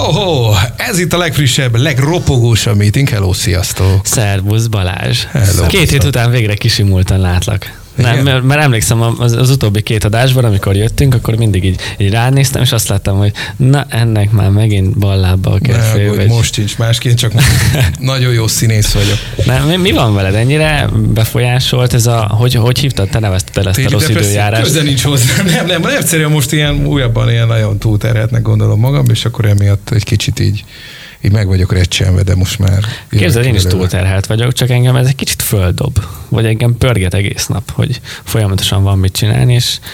Ez itt a legfrissebb, legropogósabb meeting. Hello, sziasztok! Szervusz Balázs! Hello. 2 hét után végre kisimultan látlak. Nem, mert emlékszem az utóbbi 2 adásban, amikor jöttünk, akkor mindig így ránéztem, és azt láttam, hogy na, ennek már megint ballábbal kell félvegy. Most sincs másként, csak nagyon jó színész vagyok. Nem, mi van veled? Ennyire befolyásolt ez hogy hívtad? Te nevezted ezt a rossz időjárást? Köze nincs hozzá. Nem, egyszerűen most ilyen újabban ilyen nagyon túlterhetnek gondolom magam, és akkor emiatt egy kicsit így meg vagyok recsenve, de most már... Képzeld, én is túlterhelt vagyok, csak engem ez egy kicsit földob, vagy engem pörget egész nap, hogy folyamatosan van mit csinálni,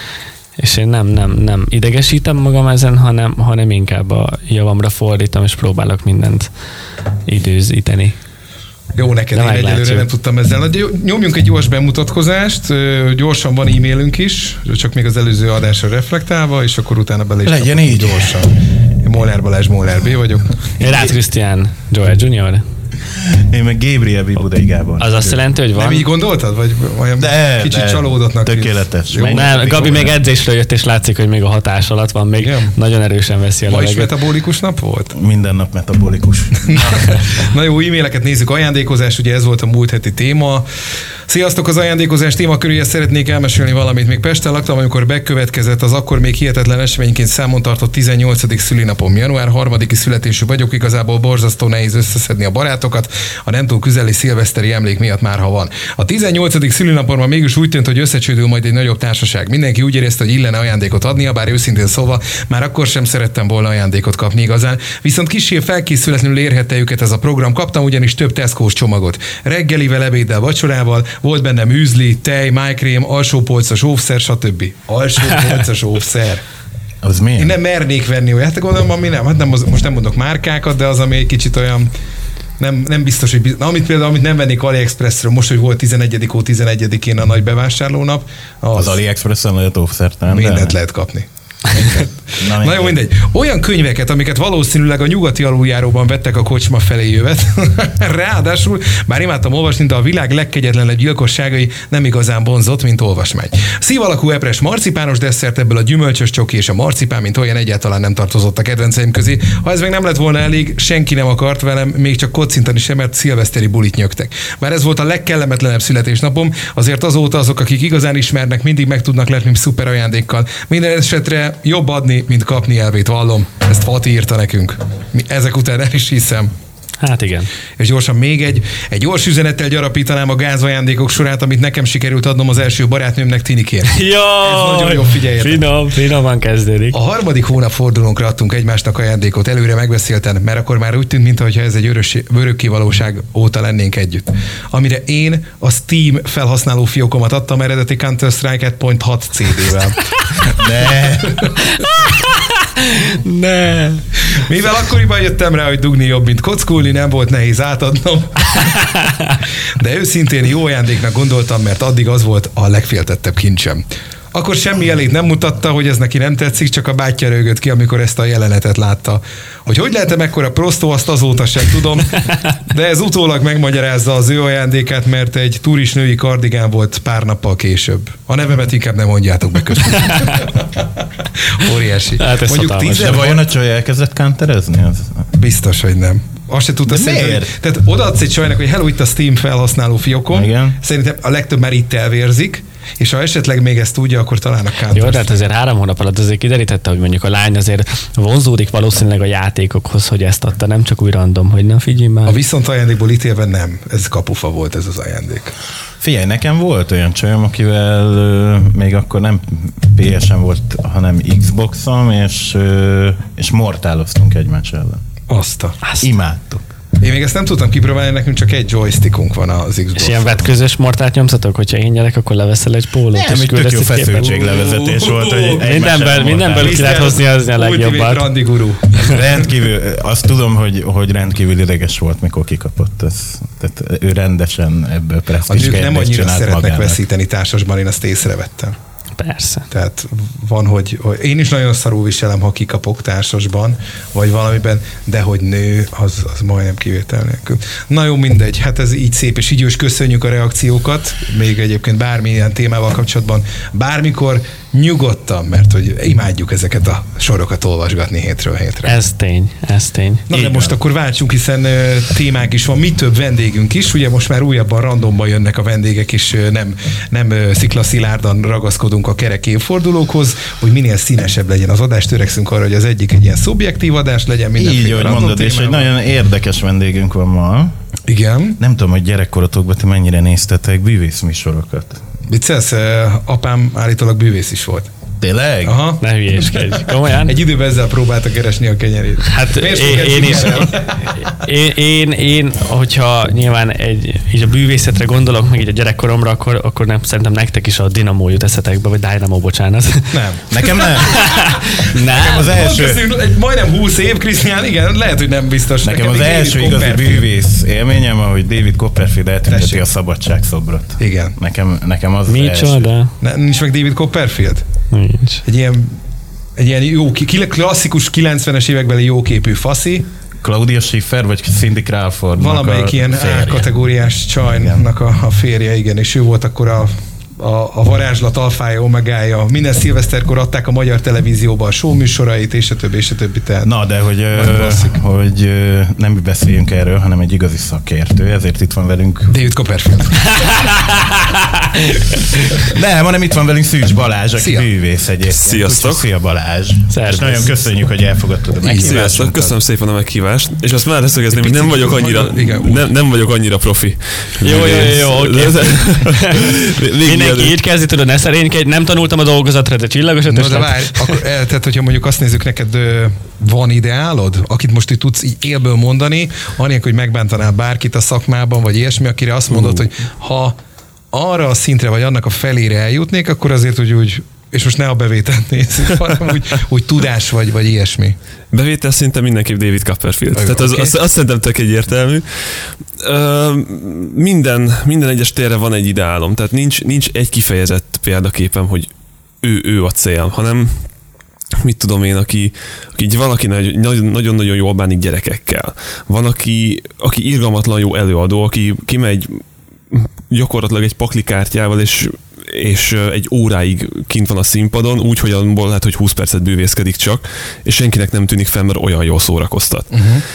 és én nem idegesítem magam ezen, hanem inkább a javamra fordítom, és próbálok mindent időzíteni. Jó, neked én egyelőre nem tudtam ezzel. Nyomjunk egy gyors bemutatkozást, gyorsan van e-mailünk is, csak még az előző adásra reflektálva, és akkor utána bele is legyen így gyorsan. Én Molnár Balázs, Molnár B vagyok. Én Rácz Krisztián, Joel Junior. Én meg Gabriel Budai Gábor. Az azt jelenti, hogy van... Nem így gondoltad? Vagy olyan kicsit csalódottnak? Tökéletes. Nem, Gabi még edzésről jött, és látszik, hogy még a hatás alatt van, még nagyon erősen veszi a levegőt. Ma is metabolikus nap volt? Minden nap metabolikus. Na jó, e-maileket nézzük. Ajándékozás, ugye ez volt a múlt heti téma. Sziasztok, az ajándékozás témaköréhez szeretnék elmesélni valamit. Még Pesten laktam, amikor bekövetkezett az akkor még hihetetlen eseményként számon tartott 18. szülinapom. Január 3-i születésű vagyok, igazából borzasztó nehéz összeszedni a barátokat, a nem túl közeli szilveszteri emlék miatt már ha van. A 18. szülinapomra mégis úgy tűnt, hogy összecsődül majd egy nagyobb társaság. Mindenki úgy érezte, hogy illene ajándékot adnia, bár őszintén szólva már akkor sem szerettem volna ajándékot kapni igazán. Viszont kissé felkészületlenül érhette őket ez a program, kaptam ugyanis több Tesco-s csomagot. Reggelivel, ebéddel, vacsorával, volt benne műzli, tej, májkrém, alsópolcos óvszer, stb. Alsópolcos óvszer. Az milyen? Én nem mernék venni olyat, gondolom, ami nem. Hát nem, most nem mondok márkákat, de az, ami egy kicsit olyan nem biztos, hogy amit nem vennék AliExpressről, most, hogy volt 11-én a nagy bevásárlónap. Az AliExpressen lehet óvszertelen. Mindent lehet kapni. Na jó, mindegy. Olyan könyveket, amiket valószínűleg a nyugati aluljáróban vettek a kocsma felé jövet. Ráadásul, bár imádtam olvasni, de a világ legkegyetlenebb gyilkosságai nem igazán vonzott, mint olvasmány. Szív alakú epres marcipános desszert, ebből a gyümölcsös csoki és a marcipán, mint olyan egyáltalán nem tartozott a kedvenceim közé. Ha ez meg nem lett volna elég, senki nem akart velem még csak kocintani sem, mert szilveszteri bulit nyögtek. Bár ez volt a legkellemetlenebb születésnapom, azért azóta azok, akik igazán ismernek, mindig meg tudnak lepni szuper ajándékkal. Minden esetre jobb adni, mint kapni, elvét vallom. Ezt Fati írta nekünk. Ezek után el is hiszem. Hát igen. És gyorsan még egy gyors üzenettel gyarapítanám a gázajándékok sorát, amit nekem sikerült adnom az első barátnőmnek, Tinikén. Ez nagyon jó, figyeljetek. Finoman kezdődik. A 3. hónap fordulónkra adtunk egymásnak ajándékot, előre megbeszélten, mert akkor már úgy tűnt, mintha ez egy örökké valóság óta lennénk együtt. Amire én a Steam felhasználó fiókomat adtam eredeti Counter-Strike 1.6 CD-vel. Ne. Mivel akkoriban jöttem rá, hogy dugni jobb, mint kockulni, nem volt nehéz átadnom. De őszintén jó ajándéknak gondoltam, mert addig az volt a legféltettebb kincsem. Akkor semmi jelét nem mutatta, hogy ez neki nem tetszik, csak a bátyja rögött ki, amikor ezt a jelenetet látta. Hogy lehetem ekkora prostó, azt azóta sem tudom, de ez utólag megmagyarázza az ő ajándékát, mert egy turis női kardigán volt pár nappal később. A nevemet inkább nem mondjátok be, köszönöm. Óriási. Hát mondjuk 10 vajon a csaj elkezdett counterezni? Biztos, hogy nem. Azt se tudta szerintem. Tehát odaadsz egy csajnak, hogy hello, itt a Steam felhasználó fiókom. Igen. Szerintem a legtöbb már itt elvérzik, és ha esetleg még ezt tudja, akkor talán a counter. Jó, de hát azért 3 hónap alatt azért kiderítette, hogy mondjuk a lány azért vonzódik valószínűleg a játékokhoz, hogy ezt adta, nem csak úgy random, hogy na figyelj már. A viszont ajándékból ítélve nem. Ez kapufa volt ez az ajándék. Figyelj, nekem volt olyan csajom, akivel még akkor nem PS-en volt, hanem Xbox-om, és mortáloztunk egymás ellen. Azt. Imádtuk. Én még ezt nem tudtam kipróbálni, nekünk csak egy joystickunk van az Xbox. És ilyen vetközös mortát nyomtatok, hogyha én nyerek, akkor leveszel egy pólót. Nem, egy tök jó feszültséglevezetés volt, hogy mindenből ki lehet hozni az a legjobbat. Randi guru. Rendkívül, azt tudom, hogy rendkívül ideges volt, mikor kikapott. Tehát ő rendesen ebből presztízs kérdést csinált magának. Nem annyira szeretnek veszíteni társasban, én azt észrevettem. Persze. Tehát van, hogy én is nagyon szarul viselem, ha kikapok társasban, vagy valamiben, de hogy nő, az majdnem kivétel nélkül. Na jó, mindegy, hát ez így szép, és így is köszönjük a reakciókat, még egyébként bármilyen témával kapcsolatban, bármikor nyugodtan, mert hogy imádjuk ezeket a sorokat olvasgatni hétről hétre. Ez tény. Na de most akkor váltsunk, hiszen témánk is van, mi több vendégünk is, ugye most már újabban randomban jönnek a vendégek, és nem sziklaszilárdan ragaszkodunk a kerek évfordulókhoz, hogy minél színesebb legyen az adás, törekszünk arra, hogy az egyik egy ilyen szubjektív adás legyen, mindenféle így, hogy mondod, és egy nagyon érdekes vendégünk van ma. Igen. Nem tudom, hogy gyerekkorotokban ti mennyire néztetek bűvészműsorokat. Viccelsz, apám állítólag bűvész is volt. Tényleg? Aha. Ne hülyéskedj. Komolyan? Egy időben ezzel próbálta keresni a kenyerét. Hát én is. Én, hogyha nyilván így a bűvészetre gondolok, meg így a gyerekkoromra, akkor nem, szerintem nektek is a Dinamo jut eszetekbe, vagy Dynamo, bocsánat. Nem. Nekem nem. Nem. Az első. Majdnem 20 év, Krisztián, igen, lehet, hogy nem biztos. Nekem az első igazi bűvész élményem, ahogy David Copperfield eltünteti a szabadságszobrot. Igen. Nekem az micsoda? Nincs meg David Copperfield? Nincs. Egy ilyen jó, klasszikus 90-es évekbeli jóképű faszi. Claudia Schiffer vagy Cindy Crawford. Valamelyik ilyen A-kategóriás csajnak a férje, igen, és ő volt akkor a varázslat alfája, omegája. Minden szilveszterkor adták a magyar televízióban a show műsorait, és a többi. Tehát na, de hogy nem beszéljünk erről, hanem egy igazi szakértő, ezért itt van velünk David Copperfield. Nem, hanem itt van velünk Szűcs Balázs, aki bűvész egyébként. Sziasztok! Úgyhogy szia Balázs! Szervusz. És nagyon köszönjük, hogy elfogadtad a meghívást. Sziasztok, köszönöm szépen a meghívást, és azt már leszögezném, hogy nem vagyok annyira profi. Jó, oké. Mindenki így kezdi, tudod, ne szerénykedj, nem tanultam a dolgozatra, de csillagos ötös. No, de várj, tehát hogyha mondjuk azt nézzük, neked van ideálod, akit most így tudsz így élből mondani, anélkül, hogy megbántanál bárkit a szakmában, vagy ilyesmi, akire azt mondod, hogy ha arra a szintre, vagy annak a felére eljutnék, akkor azért, hogy úgy, és most ne a bevételt nézzük, hanem úgy tudás vagy ilyesmi. Bevétel szinte mindenképp David Copperfield. Tehát azt szerintem tök egyértelmű. Minden egyes térre van egy ideálom. Tehát nincs egy kifejezett példaképem, hogy ő a cél, hanem mit tudom én, aki valaki nagyon-nagyon jól bánik gyerekekkel. Van, aki irgalmatlan jó előadó, aki kimegy gyakorlatilag egy paklikártyával, és egy óráig kint van a színpadon, úgy, hogy abból lehet, hogy 20 percet bűvészkedik csak, és senkinek nem tűnik fel, mert olyan jól szórakoztat.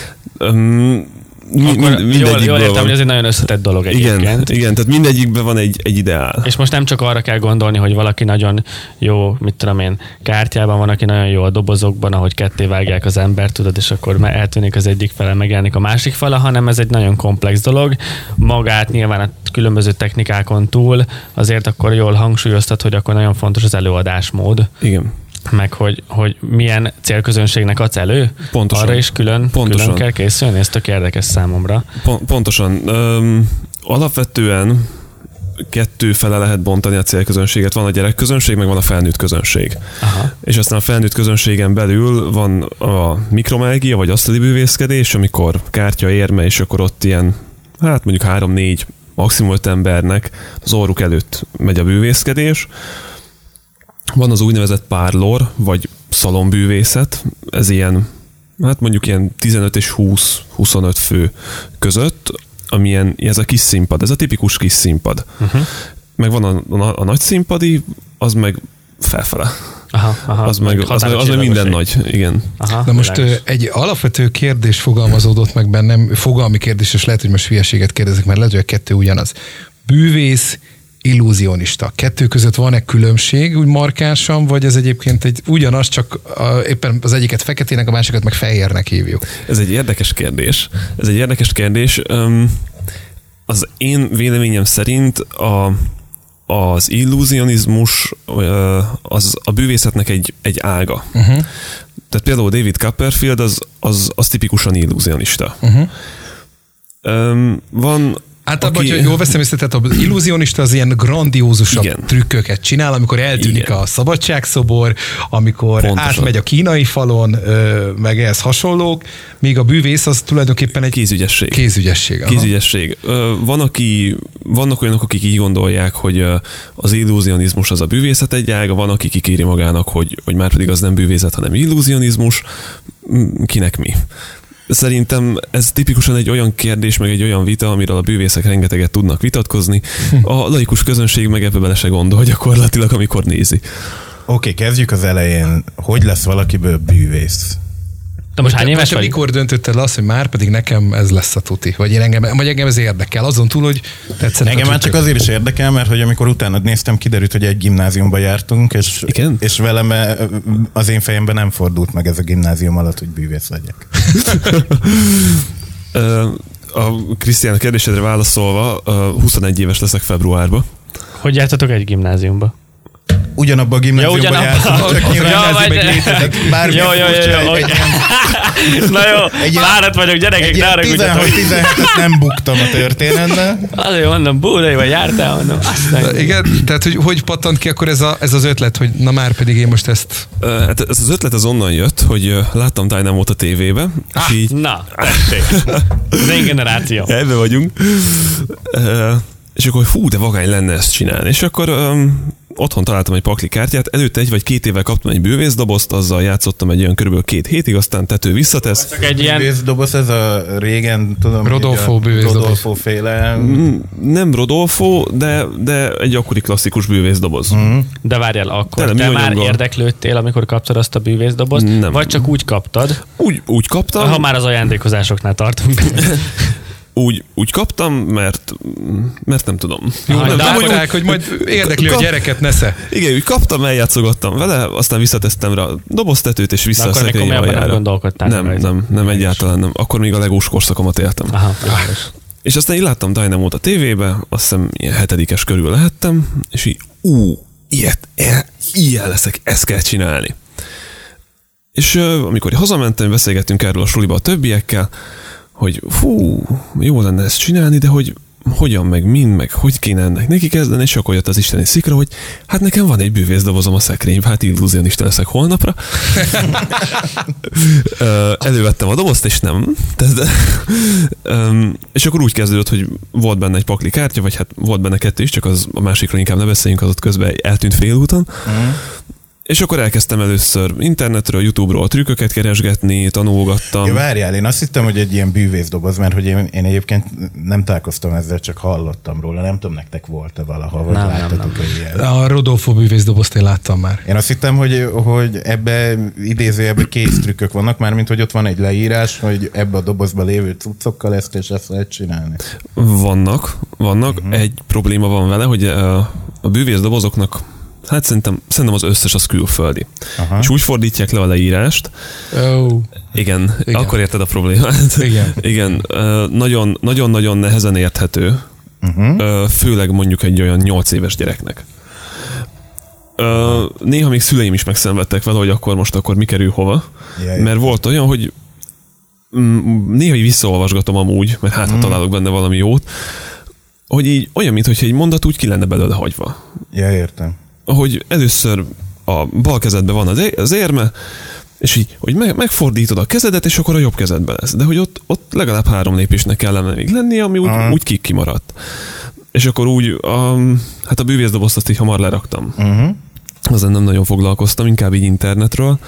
Jól értem, hogy ez egy nagyon összetett dolog egyébként. Igen, tehát mindegyikben van egy ideál. És most nem csak arra kell gondolni, hogy valaki nagyon jó, mit tudom én, kártyában van, aki nagyon jó a dobozokban, ahogy ketté vágják az embert, tudod, és akkor eltűnik az egyik fele, megjelenik a másik fele, hanem ez egy nagyon komplex dolog. Magát nyilván a különböző technikákon túl azért akkor jól hangsúlyoztat, hogy akkor nagyon fontos az előadásmód. Igen. Meg hogy milyen célközönségnek adsz elő, pontosan. Arra is külön kell készülni, ez tök érdekes számomra. Pontosan. Alapvetően kettő fele lehet bontani a célközönséget. Van a gyerekközönség, meg van a felnőtt közönség. Aha. És aztán a felnőtt közönségen belül van a mikromágia, vagy asztali bűvészkedés, amikor kártya érme, és akkor ott ilyen, hát mondjuk 3-4, maximum 5 embernek az orruk előtt megy a bűvészkedés. Van az úgynevezett párlor, vagy szalonbűvészet, ez ilyen, hát mondjuk ilyen 15 és 20-25 fő között, amilyen ez a kis színpad, ez a tipikus kis színpad. Uh-huh. Meg van a nagy színpadi, az meg felfele. Aha, az meg minden nagy, igen. Aha, na most egy alapvető kérdés fogalmazódott meg bennem, fogalmi kérdés, és lehet, hogy most hülyeséget kérdezek, mert lehet, hogy a kettő ugyanaz. Bűvész, illúzionista. Kettő között van-e különbség úgy markánsan, vagy ez egyébként egy ugyanaz, csak éppen az egyiket feketének, a másikat meg fehérnek hívjuk? Ez egy érdekes kérdés. Az én véleményem szerint az illúzionizmus az a bűvészetnek egy ága. Uh-huh. Tehát például David Copperfield az tipikusan illúzionista. Uh-huh. Van Általában, hogyha jól veszem észre, tehát az illúzionista az ilyen grandiózusabb Igen. trükköket csinál, amikor eltűnik Igen. a szabadságszobor, amikor Pontosan. átmegy a kínai falon, meg ehhez hasonlók, míg a bűvész az tulajdonképpen egy Kézügyesség. kézügyesség. aha. Kézügyesség. Vannak olyanok, akik így gondolják, hogy az illúzionizmus az a bűvészet egy ága, van, aki kikéri magának, hogy már pedig az nem bűvészet, hanem illúzionizmus. Kinek mi? Szerintem ez tipikusan egy olyan kérdés, meg egy olyan vita, amiről a bűvészek rengeteget tudnak vitatkozni. A laikus közönség meg ebbe bele se gondol gyakorlatilag, amikor nézi. Oké, kezdjük az elején. Hogy lesz valakiből bűvész? De most hány éves Te vagy? mikor döntötted le azt, hogy már pedig nekem ez lesz a tuti? Vagy engem ez érdekel, azon túl, hogy tetszett Engem a már csak azért is érdekel, mert hogy amikor utána néztem, kiderült, hogy egy gimnáziumba jártunk, és velem az én fejemben nem fordult meg ez a gimnázium alatt, hogy bűvész legyek. A Krisztián kérdésedre válaszolva, 21 éves leszek februárban. Hogy jártatok egy gimnáziumba? Ugyanabba a gimnáziumban jártunk, csak nyilván vagy- bármilyen furcsa, egy Na jó, várat vagyok, gyerekek, ne arra 16-17-et nem buktam a történetben. Azért mondom, Búdaiba jártál, mondom. Aztán... Igen, tehát hogy pattant ki akkor ez az ötlet, hogy na már pedig én most ezt... Hát ez az ötlet az onnan jött, hogy láttam Dynamót a tévébe, és így Na, tessék. Az én generáció. ebbe vagyunk. És akkor fú, de vagány lenne ezt csinálni. És akkor otthon találtam egy pakli kártyát, előtte 1 vagy 2 évvel kaptam egy bűvészdobozt, azzal játszottam egy olyan körülbelül 2 hétig, aztán tető visszatesz. Csak egy ilyen... Bűvészdoboz, ez a régen, tudom, Rodolfo bűvészdoboz. Rodolfo féle. Nem Rodolfo, de egy akkori klasszikus bűvészdoboz. De várjál, akkor Tele, te mi már anyaggal? érdeklődtél, amikor kaptad azt a bűvészdobozt? Nem. Vagy csak úgy kaptad, Úgy kaptam. ha már az ajándékozásoknál tartunk. Úgy kaptam, mert nem tudom. Jó, Aha, nem de látták, hogy majd érdekli a gyereket nesze. Igen, úgy kaptam, eljátszogattam vele, aztán visszatesztem rá a doboztetőt, és vissza De a akkor még szekrényre komolyabban nem aljára. gondolkodtál rajta. Nem, egyáltalán nem. Akkor még a legós korszakomat éltem. Aha, világos. És aztán így láttam Dynamót a tévébe, azt hiszem ilyen 7-es körül lehettem, és így ilyen leszek, ezt kell csinálni. És amikor hazamentem, beszélgettünk erről a suliba a többiekkel, hogy fú, jó lenne ezt csinálni, de hogy hogyan, meg mind, meg hogy kéne ennek neki kezdeni, és akkor jött az isteni szikra, hogy hát nekem van egy bűvészdobozom a szekrényben, hát illúzionista leszek holnapra. Elővettem a dobozt, és nem. És akkor úgy kezdődött, hogy volt benne egy pakli kártya, vagy hát volt benne 2 is, csak az a másikról inkább ne beszéljünk, az ott közben eltűnt félúton. És akkor elkezdtem először internetről, YouTube-ról trükköket keresgetni, tanulgattam. Ja, várjál, én azt hittem, hogy egy ilyen bűvészdoboz, mert hogy én egyébként nem találkoztam ezzel, csak hallottam róla. Nem tudom, nektek volt-e valaha, vagy láttatok ilyen. A Rodolfo bűvészdobozt én láttam már. Én azt hittem, hogy ebbe idézőjelben kéztrükkök vannak, mármint hogy ott van egy leírás, hogy ebbe a dobozba lévő cuccokkal ezt és ezt lehet csinálni. Vannak. Egy probléma van vele, hogy a bűvészdobozoknak hát szerintem az összes az külföldi. Aha. És úgy fordítják le a leírást. Oh. Igen, akkor érted a problémát. Igen. Nagyon-nagyon nehezen érthető. Főleg mondjuk egy olyan 8 éves gyereknek. Néha még szüleim is megszenvedtek vele, hogy akkor mi kerül hova. Jaj. Mert volt olyan, hogy néha így visszaolvasgatom amúgy, mert hát ha találok benne valami jót, hogy így olyan, mintha egy mondat úgy ki lenne belőle hagyva. Ja, értem. Hogy először a bal kezedben van az érme, és így, hogy megfordítod a kezedet, és akkor a jobb kezedben lesz. De hogy ott legalább 3 lépésnek kellene még lennie, ami úgy kimaradt. És akkor úgy, hát a bűvészdobozt azt így hamar leraktam. Azon nem nagyon foglalkoztam, inkább így internetről.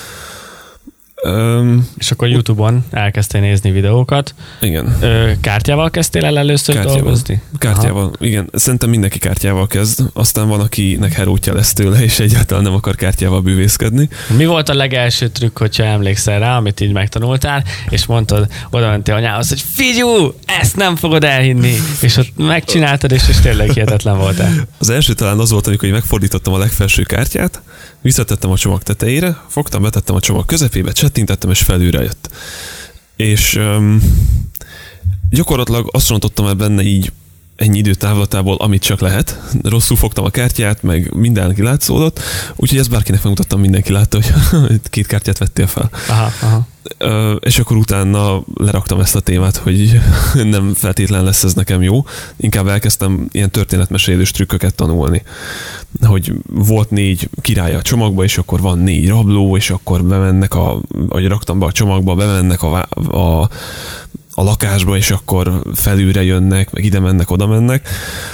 És akkor YouTube-on elkezdtél nézni videókat. Igen. Kártyával kezdtél el először dolgozni? Kártyával, aha. Igen. Szerintem mindenki kártyával kezd, aztán van, akinek herótja lesz tőle, és egyáltalán nem akar kártyával bűvészkedni. Mi volt a legelső trükk, hogyha emlékszel rá, amit így megtanultál, és mondtad, oda mentél anyához, hogy figyú, ezt nem fogod elhinni, és ott megcsináltad, és tényleg hihetetlen voltál. Az első talán az volt, amikor megfordítottam a legfelső kártyát, visszatettem a csomag tetejére, fogtam, betettem a csomag közepébe, csettintettem, és felülre jött. És gyakorlatilag azt rontottam el benne így ennyi idő távlatából, amit csak lehet. Rosszul fogtam a kártyát, meg minden kilátszódott, úgyhogy ezt bárkinek megmutattam, mindenki látta, hogy 2 kártyát vettél fel. Aha. És akkor utána leraktam ezt a témát, hogy nem feltétlen lesz ez nekem jó. Inkább elkezdtem ilyen történetmesélős trükköket tanulni. Hogy volt 4 király a csomagba, és akkor van 4 rabló, és akkor bemennek ahogy raktam be a csomagba, bemennek a lakásba, és akkor felülre jönnek, meg ide mennek, oda mennek.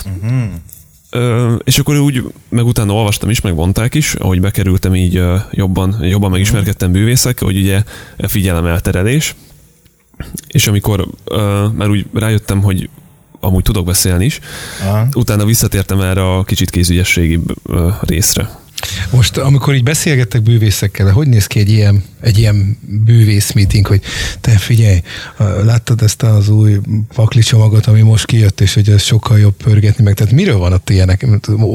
És akkor úgy, meg utána olvastam is, meg mondták is, ahogy bekerültem így jobban megismerkedtem bűvészekkel, hogy ugye figyelemelterelés, és amikor már úgy rájöttem, hogy amúgy tudok beszélni is, utána visszatértem erre a kicsit kézügyességi részre. Most, amikor így beszélgettek bűvészekkel, hogy néz ki egy ilyen bűvész meeting, hogy te figyelj, láttad ezt az új pakli csomagot, ami most kijött, és hogy ez sokkal jobb pörgetni meg. Tehát miről van ott ilyenek?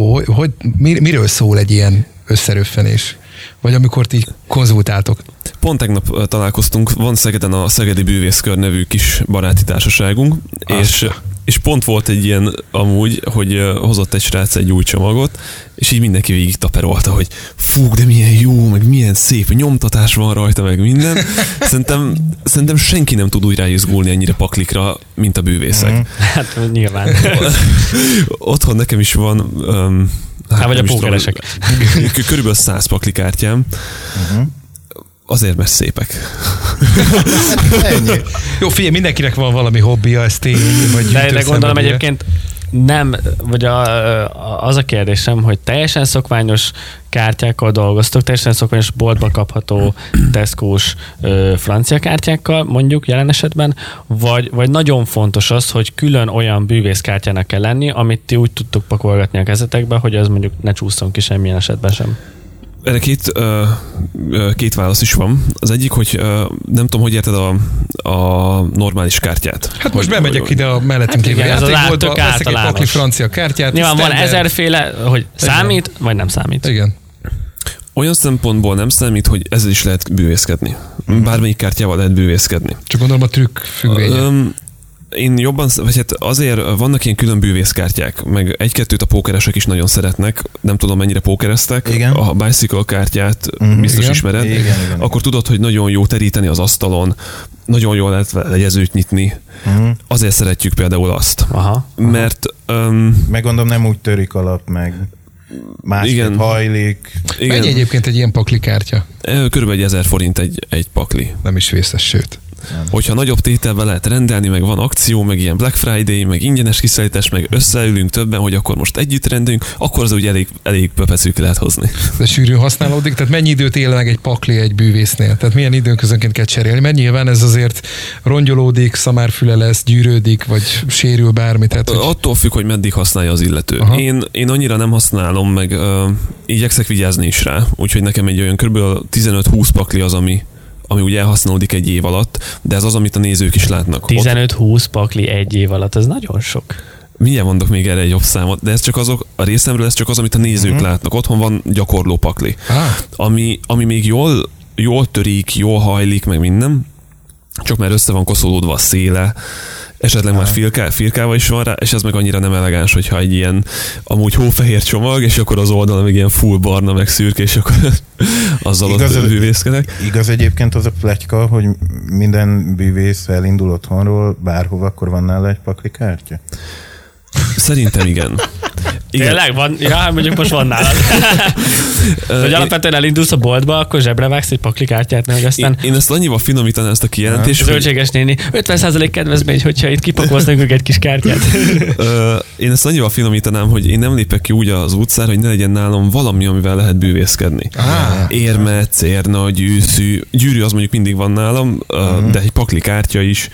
Miről szól egy ilyen összeröffenés? Vagy amikor ti konzultáltok? Pont tegnap találkoztunk, van Szegeden a Szegedi Bűvészkör nevű kis baráti társaságunk, és pont volt egy ilyen amúgy, hogy hozott egy srác egy új csomagot, és így mindenki végig taperolta, hogy fú, de milyen jó, meg milyen szép, nyomtatás van rajta, meg minden. Szerintem senki nem tud úgy ráizgulni ennyire paklikra, mint a bűvészek. Hát nyilván. Otthon nekem is van... vagy a pókeresek. Körülbelül 100 paklikártyám. Azért, mert szépek. Ennyi. Jó, figyelj, mindenkinek van valami hobbija, ez tény, vagy de gondolom egyébként nem, vagy az a kérdésem, hogy teljesen szokványos kártyákkal dolgoztok, teljesen szokványos boltba kapható Tesco-s francia kártyákkal, mondjuk jelen esetben, vagy nagyon fontos az, hogy külön olyan bűvészkártyának kell lenni, amit ti úgy tudtok pakolgatni a kezetekbe, hogy az mondjuk ne csúszson ki semmilyen esetben sem. Erre két válasz is van. Az egyik, hogy nem tudom, hogy érted a normális kártyát. Hát most bemegyek ide a mellettünk lévő játékboltba, veszek egy pakli francia kártyát. Nyilván van 1000 féle, hogy számít, vagy nem számít. Igen. Olyan szempontból nem számít, hogy ezzel is lehet bűvészkedni. Bármelyik kártyával lehet bűvészkedni. Csak gondolom a trükk függvénye. Én jobban, vagy hát azért vannak ilyen külön bűvészkártyák, meg 1-2-t a pókeresek is nagyon szeretnek, nem tudom mennyire pókereztek, igen. A bicycle kártyát biztos igen. ismered, igen. Akkor tudod, hogy nagyon jó teríteni az asztalon, nagyon jól lehet legyezőt nyitni. Azért szeretjük például azt. Aha. Mert... meg gondolom nem úgy törik alap, meg másképp hajlik. Mennyi egyébként egy ilyen pakli kártya? Körülbelül 1000 forint egy pakli. Nem is vészes, sőt. Hogyha nagyobb tételbe lehet rendelni, meg van akció, meg ilyen Black Friday, meg ingyenes kiszállítás, meg összeülünk többen, hogy akkor most együtt rendeljünk, akkor az úgy elég pöpecük lehet hozni. De sűrűn használódik? Tehát mennyi időt él meg egy pakli egy bűvésznél? Tehát milyen időnközönként kell cserélni? Mert nyilván ez azért rongyolódik, szamárfüle lesz, gyűrődik, vagy sérül bármi. Tehát, hogy... Attól függ, hogy meddig használja az illető. Én annyira nem használom, meg igyekszek vigyázni is rá, úgyhogy nekem egy olyan kb. 15-20 pakli az, ami úgy elhasználódik egy év alatt, de ez az, amit a nézők is látnak. 15-20 pakli egy év alatt, ez nagyon sok. Mindjárt mondok még erre egy jobb számot, de ez csak azok, a részemről ez csak az, amit a nézők látnak. Otthon van gyakorló pakli, ami még jól törik, jól hajlik, meg minden, csak már össze van koszolódva a széle, esetleg már firkával is van rá, és ez meg annyira nem elegáns, hogyha egy ilyen amúgy hófehér csomag, és akkor az oldalon még ilyen full barna, meg szürke, és akkor azzal ott bűvészkedek. Igaz egyébként az a pletyka, hogy minden bűvész elindul otthonról, bárhova, akkor van nála egy pakli kártya? Szerintem igen. Tényleg van? Ja, mondjuk most van nálad. Hogy alapvetően elindulsz a boltba, akkor zsebre vágsz egy pakli kártyát, meg aztán... Én ezt annyival finomítanám ezt a kijelentést, Zöldséges néni, 50% kedvezmény, hogyha itt kipakolsz nekünk egy kis kártyát. Én ezt annyival finomítanám, hogy én nem lépek ki úgy az utcára, hogy ne legyen nálam valami, amivel lehet bűvészkedni. Érme, cérna, gyűrű az mondjuk mindig van nálam, de egy pakli kártya is.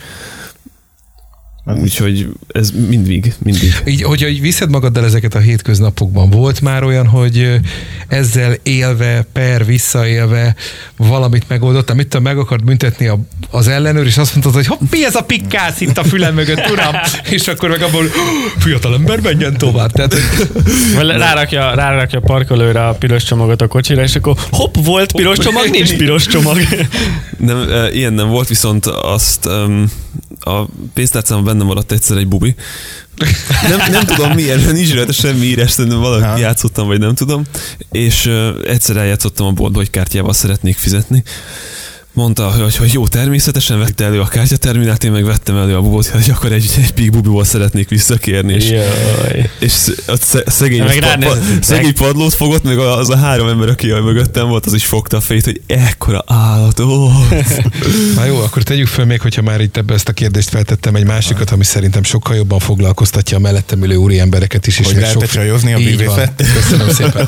Úgyhogy ez mindig. Így, hogyha így viszed magaddal ezeket a hétköznapokban, volt már olyan, hogy ezzel élve, visszaélve valamit megoldottál, mit tudom, meg akart büntetni az ellenőr, és azt mondtad, hogy mi ez a pikkász itt a fülem mögött, uram? És akkor meg abból, fiatalember, menjen tovább. Tehát, rárakja a parkolóra a piros csomagot a kocsira, és akkor volt piros csomag, nincs piros csomag. Nem, ilyen nem volt, viszont azt a pénztárcámban benne maradt egyszer egy bubi, Nem tudom miért, nincs rajta semmi írás, szerintem valaki játszottam, vagy nem tudom. És egyszer eljátszottam a boltba, hogy kártyával szeretnék fizetni. Mondta, hogy jó, természetesen vette elő a kártyaterminált, én meg vettem elő a bubot, hogy akkor egy Big Bubiból szeretnék visszakérni. És szegény padlót fogott, meg az a 3 ember, aki mögöttem volt, az is fogta a fejét, hogy ekkora állat. Na jó, akkor tegyük fel még, hogyha már itt ebbe ezt a kérdést feltettem, egy másikat, ami szerintem sokkal jobban foglalkoztatja a mellettem ülő úri embereket is. Hogy lehet csajozni a bűvészet? Köszönöm szépen.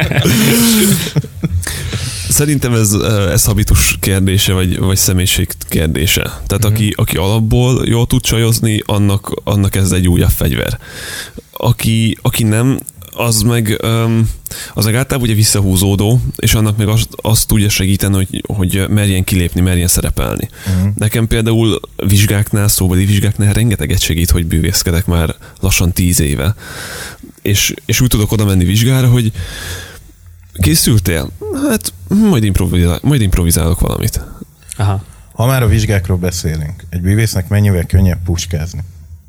Szerintem ez habitus kérdése, vagy személyiség kérdése. Tehát aki alapból jól tud csajozni, annak ez egy újabb fegyver. Aki nem, az meg általában ugye visszahúzódó, és annak meg azt tudja segíteni, hogy merjen kilépni, merjen szerepelni. Nekem például vizsgáknál, szóbeli vizsgáknál rengeteget segít, hogy bűvészkedek már lassan 10 éve. És úgy tudok oda menni vizsgára, hogy készültél? Hát majd improvizálok valamit. Aha. Ha már a vizsgákról beszélünk, egy bűvésznek mennyivel könnyebb puskázni?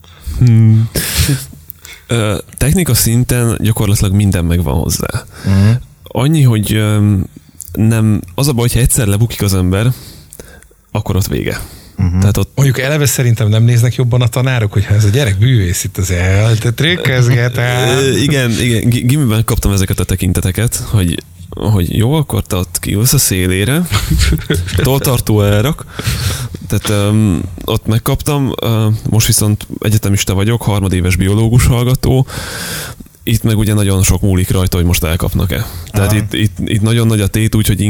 Technika szinten gyakorlatilag minden megvan hozzá. Annyi, hogy nem, az a baj, hogyha egyszer lebukik az ember, akkor ott vége. Tehát ott... Mondjuk eleve szerintem nem néznek jobban a tanárok, hogy ez a gyerek bűvész itt az te trükkezget el. Igen, gimiben kaptam ezeket a tekinteteket, hogy jó, akkor te ott kiülsz a szélére, toltartó elrak. Tehát ott megkaptam, most viszont egyetemista vagyok, 3. éves biológus hallgató, itt meg ugye nagyon sok múlik rajta, hogy most elkapnak-e. Tehát itt nagyon nagy a tét, úgyhogy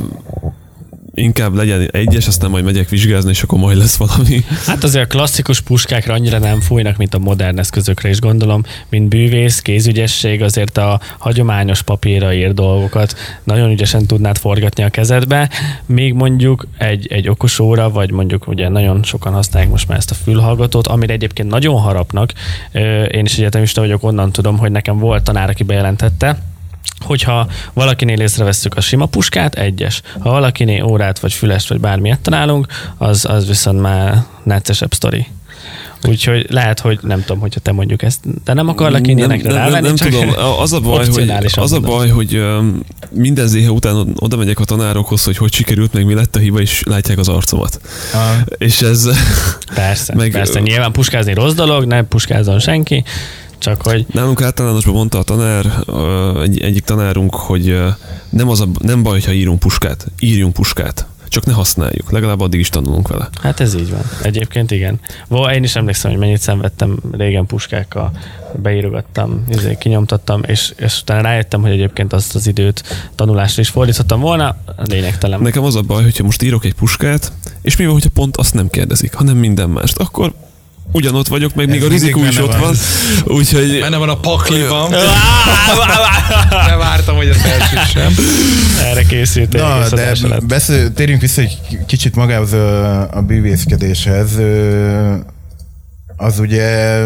inkább legyen egyes, aztán majd megyek vizsgázni, és akkor majd lesz valami. Hát azért a klasszikus puskákra annyira nem fújnak, mint a modern eszközökre is gondolom, mint bűvész, kézügyesség, azért a hagyományos papírra ír dolgokat nagyon ügyesen tudnád forgatni a kezedbe, még mondjuk egy okos óra, vagy mondjuk ugye nagyon sokan használják most már ezt a fülhallgatót, amire egyébként nagyon harapnak. Én is egyetemista vagyok, onnan tudom, hogy nekem volt tanár, aki bejelentette, hogyha valakinél észrevesszük a sima puskát, 1-es. Ha valakinél órát, vagy fülest, vagy bármilyet találunk, az viszont már neccesebb sztori. Úgyhogy lehet, hogy nem tudom, hogyha te mondjuk ezt, de nem akarlak én ilyenekre rávenni, nem tudom. Az a baj, hogy minden zéhe után oda megyek a tanárokhoz, hogy sikerült, meg mi lett a hiba, és látják az arcomat. És ez... Persze, nyilván puskázni rossz dolog, nem puskázzon senki, csak hogy... Nálunk általánosban mondta a tanár, egyik tanárunk, hogy nem baj, ha írjunk puskát, csak ne használjuk, legalább addig is tanulunk vele. Hát ez így van. Egyébként igen. Én is emlékszem, hogy mennyit szenvedtem régen puskákkal, beírogattam, kinyomtattam, és utána rájöttem, hogy egyébként azt az időt tanulásra is fordítottam volna, lényegtelen. Nekem az a baj, hogyha most írok egy puskát, és mi van, hogyha pont azt nem kérdezik, hanem minden mást, akkor ugyanott vagyok, meg még a rizikó is ott van. Úgyhogy... Benne van a pakliban. Nem vártam, hogy ezt elsüssem. Erre készültél. Na, de térjünk vissza egy kicsit magához a bűvészkedéshez. Az ugye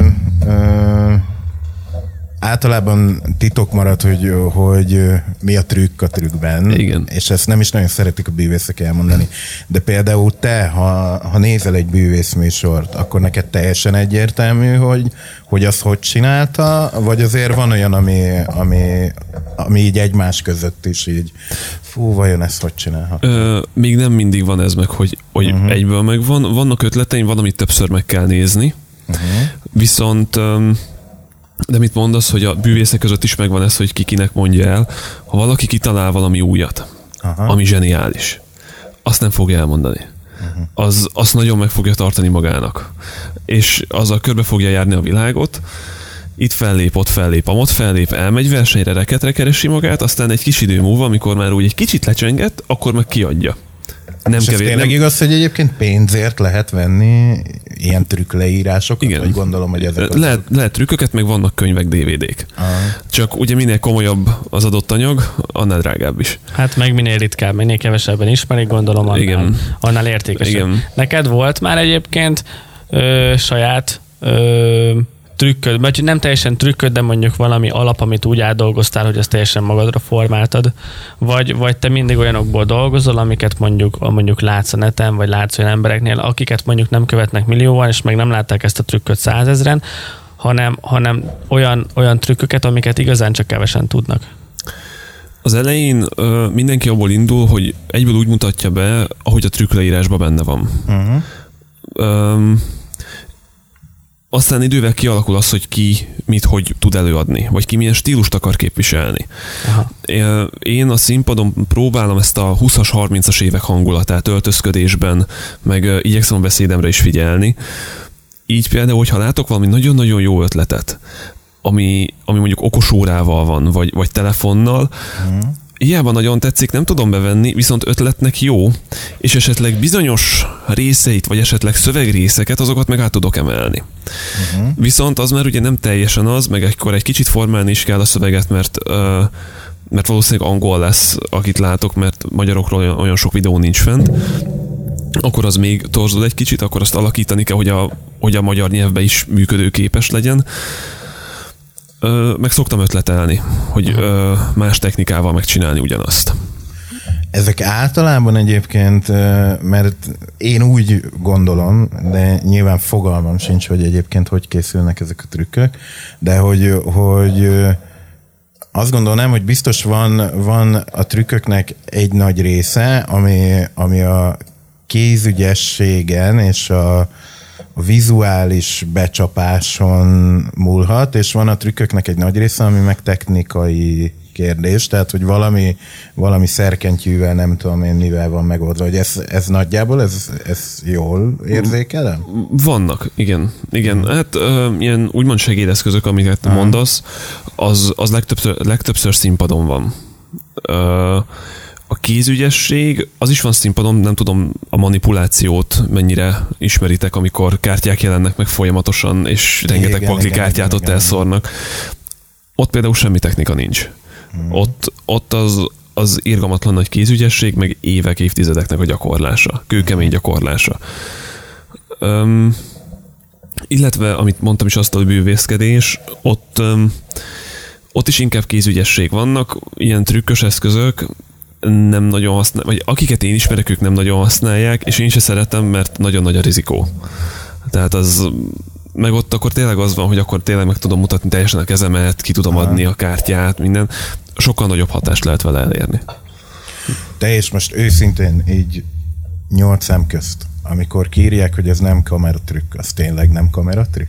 általában titok marad, hogy mi a trükk a trükkben. Igen. És ezt nem is nagyon szeretik a bűvészek elmondani. De például te, ha nézel egy bűvészműsort, akkor neked teljesen egyértelmű, hogy azt hogy csinálta, vagy azért van olyan, ami így egymás között is így, vajon ezt hogy csinálhat? Még nem mindig van ez meg, hogy egyből megvan. Vannak ötleteim, van, amit többször meg kell nézni. Viszont... De mit mondasz, hogy a bűvészek között is megvan ez, hogy kinek mondja el, ha valaki kitalál valami újat, ami zseniális, azt nem fogja elmondani. Azt nagyon meg fogja tartani magának. És azzal körbe fogja járni a világot, itt fellép, ott fellép, amott fellép, elmegy versenyre, reketre keresi magát, aztán egy kis idő múlva, amikor már úgy egy kicsit lecsengett, akkor meg kiadja. Nem és kevés. Tényleg igaz, hogy egyébként pénzért lehet venni ilyen trükkleírásokat? Igen. Vagy gondolom, hogy ezek lehet trükköket, meg vannak könyvek, DVD-k. Csak ugye minél komolyabb az adott anyag, annál drágább is. Hát meg minél ritkább, minél kevesebben ismerik, gondolom, annál értékesebb. Igen. Neked volt már egyébként saját trükköd, vagy nem teljesen trükköd, de mondjuk valami alap, amit úgy átdolgoztál, hogy ezt teljesen magadra formáltad, vagy te mindig olyanokból dolgozol, amiket mondjuk látsz a neten, vagy látsz olyan embereknél, akiket mondjuk nem követnek millióan, és meg nem látták ezt a trükköt 100 000-en, hanem olyan trükköket, amiket igazán csak kevesen tudnak. Az elején mindenki abból indul, hogy egyből úgy mutatja be, ahogy a trükkleírásban benne van. Aztán idővel kialakul az, hogy ki mit, hogy tud előadni, vagy ki milyen stílust akar képviselni. Aha. Én a színpadon próbálom ezt a 20-as, 30-as évek hangulatát öltözködésben, meg igyekszem a beszédemre is figyelni. Így például, hogyha látok valami nagyon-nagyon jó ötletet, ami mondjuk okos órával van, vagy telefonnal, hiába nagyon tetszik, nem tudom bevenni, viszont ötletnek jó, és esetleg bizonyos részeit, vagy esetleg szövegrészeket, azokat meg át tudok emelni. Viszont az már ugye nem teljesen az, meg akkor egy kicsit formálni is kell a szöveget, mert valószínűleg angol lesz, akit látok, mert magyarokról olyan sok videó nincs fent, akkor az még torzul egy kicsit, akkor azt alakítani kell, hogy a magyar nyelvben is működőképes legyen. Meg szoktam ötletelni, hogy más technikával megcsinálni ugyanazt. Ezek általában egyébként, mert én úgy gondolom, de nyilván fogalmam sincs, hogy egyébként hogy készülnek ezek a trükkök, de hogy azt gondolnám, hogy biztos van a trükköknek egy nagy része, ami a kézügyességen és a vizuális becsapáson múlhat, és van a trükköknek egy nagy része, ami meg technikai kérdés, tehát hogy valami szerkentyűvel, nem tudom én mivel van megoldva, hogy ez nagyjából, ez jól érzékelem? Vannak, igen. Hát ilyen úgymond segédeszközök, amiket mondasz, az legtöbbször színpadon van. A kézügyesség, az is van színpadon, nem tudom a manipulációt mennyire ismeritek, amikor kártyák jelennek meg folyamatosan, és rengeteg pakli kártyát ott elszórnak. Ott például semmi technika nincs. Ott az irgalmatlan nagy kézügyesség, meg évek, évtizedeknek a gyakorlása, kőkemény gyakorlása. Illetve, amit mondtam is, azt a bűvészkedés, ott is inkább kézügyesség vannak, ilyen trükkös eszközök, nem nagyon használják, vagy akiket én ismerek, ők nem nagyon használják, és én se szeretem, mert nagyon nagy a rizikó. Tehát meg ott akkor tényleg az van, hogy akkor tényleg meg tudom mutatni teljesen a kezemet, ki tudom adni a kártyát, minden. Sokkal nagyobb hatást lehet vele elérni. De és most őszintén így 8 szem közt, amikor kírják, hogy ez nem kameratrükk, az tényleg nem kameratrükk?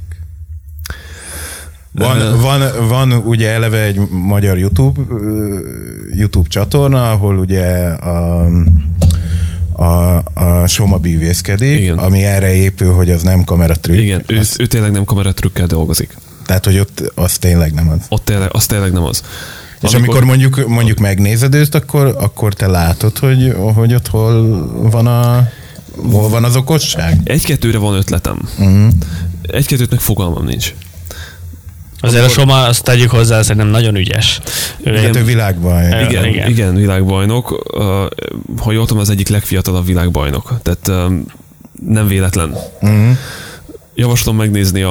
Van ugye eleve egy magyar YouTube csatorna, ahol ugye a Soma bűvészkedik, igen, ami erre épül, hogy az nem kameratrükk. Igen, ő tényleg nem kameratrükkel dolgozik. Tehát, hogy ott az tényleg nem az. Az tényleg nem az. És amikor mondjuk megnézed őt, akkor te látod, hogy ott hol van az okosság? Egy-kettőre van ötletem. Egy-kettőt meg fogalmam nincs. Azért a Soma, azt tegyük hozzá, szerintem nagyon ügyes. Ő világbajnok. Igen, világbajnok. Ha jól tudom, az egyik legfiatalabb világbajnok. Tehát nem véletlen. Javaslom megnézni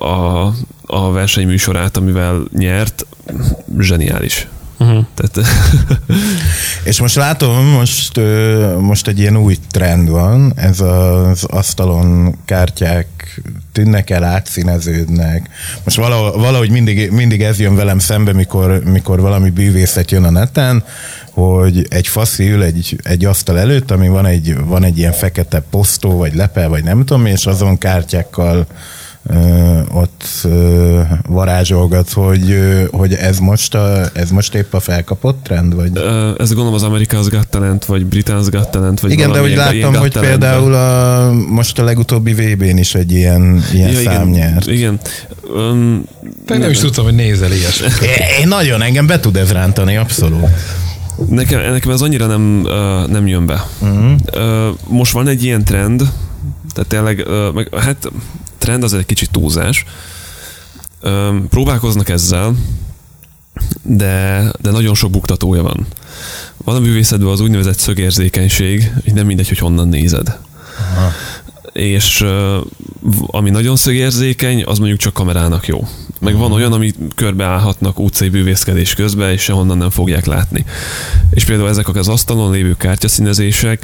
a versenyműsorát, amivel nyert. Zseniális. Tehát és most látom, most egy ilyen új trend van, ez az asztalon kártyák tűnnek el, átszíneződnek. Most valahogy mindig ez jön velem szembe, mikor valami bűvészet jön a neten, hogy egy faszi ül egy asztal előtt, ami van egy ilyen fekete posztó, vagy lepel, vagy nem tudom, és azon kártyákkal ott varázsolgat, hogy ez most épp a felkapott trend? Vagy? Ez gondolom az America's Got Talent, vagy Britain's Got Talent, vagy igen, de hogy láttam, hogy például most a legutóbbi VB-n is egy ilyen szám nyert. Igen. Nem is tudtam, hogy nézel ilyesmit. Én nagyon, engem be tud ez rántani, abszolút. Nekem ez annyira nem jön be. Most van egy ilyen trend, tehát tényleg, hát trend az egy kicsit túlzás. Próbálkoznak ezzel, de nagyon sok buktatója van. Van a művészetben az úgynevezett szögérzékenység, így nem mindegy, hogy honnan nézed. Aha. És ami nagyon szögérzékeny, az mondjuk csak kamerának jó. Meg van olyan, ami körbeállhatnak utcai bűvészkedés közben, és sehonnan nem fogják látni. És például ezek az asztalon lévő kártyaszínezések,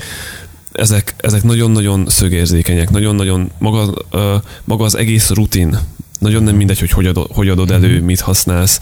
ezek nagyon-nagyon szögérzékenyek, nagyon-nagyon maga az egész rutin Nagyon nem mindegy, hogy adod elő, mit használsz.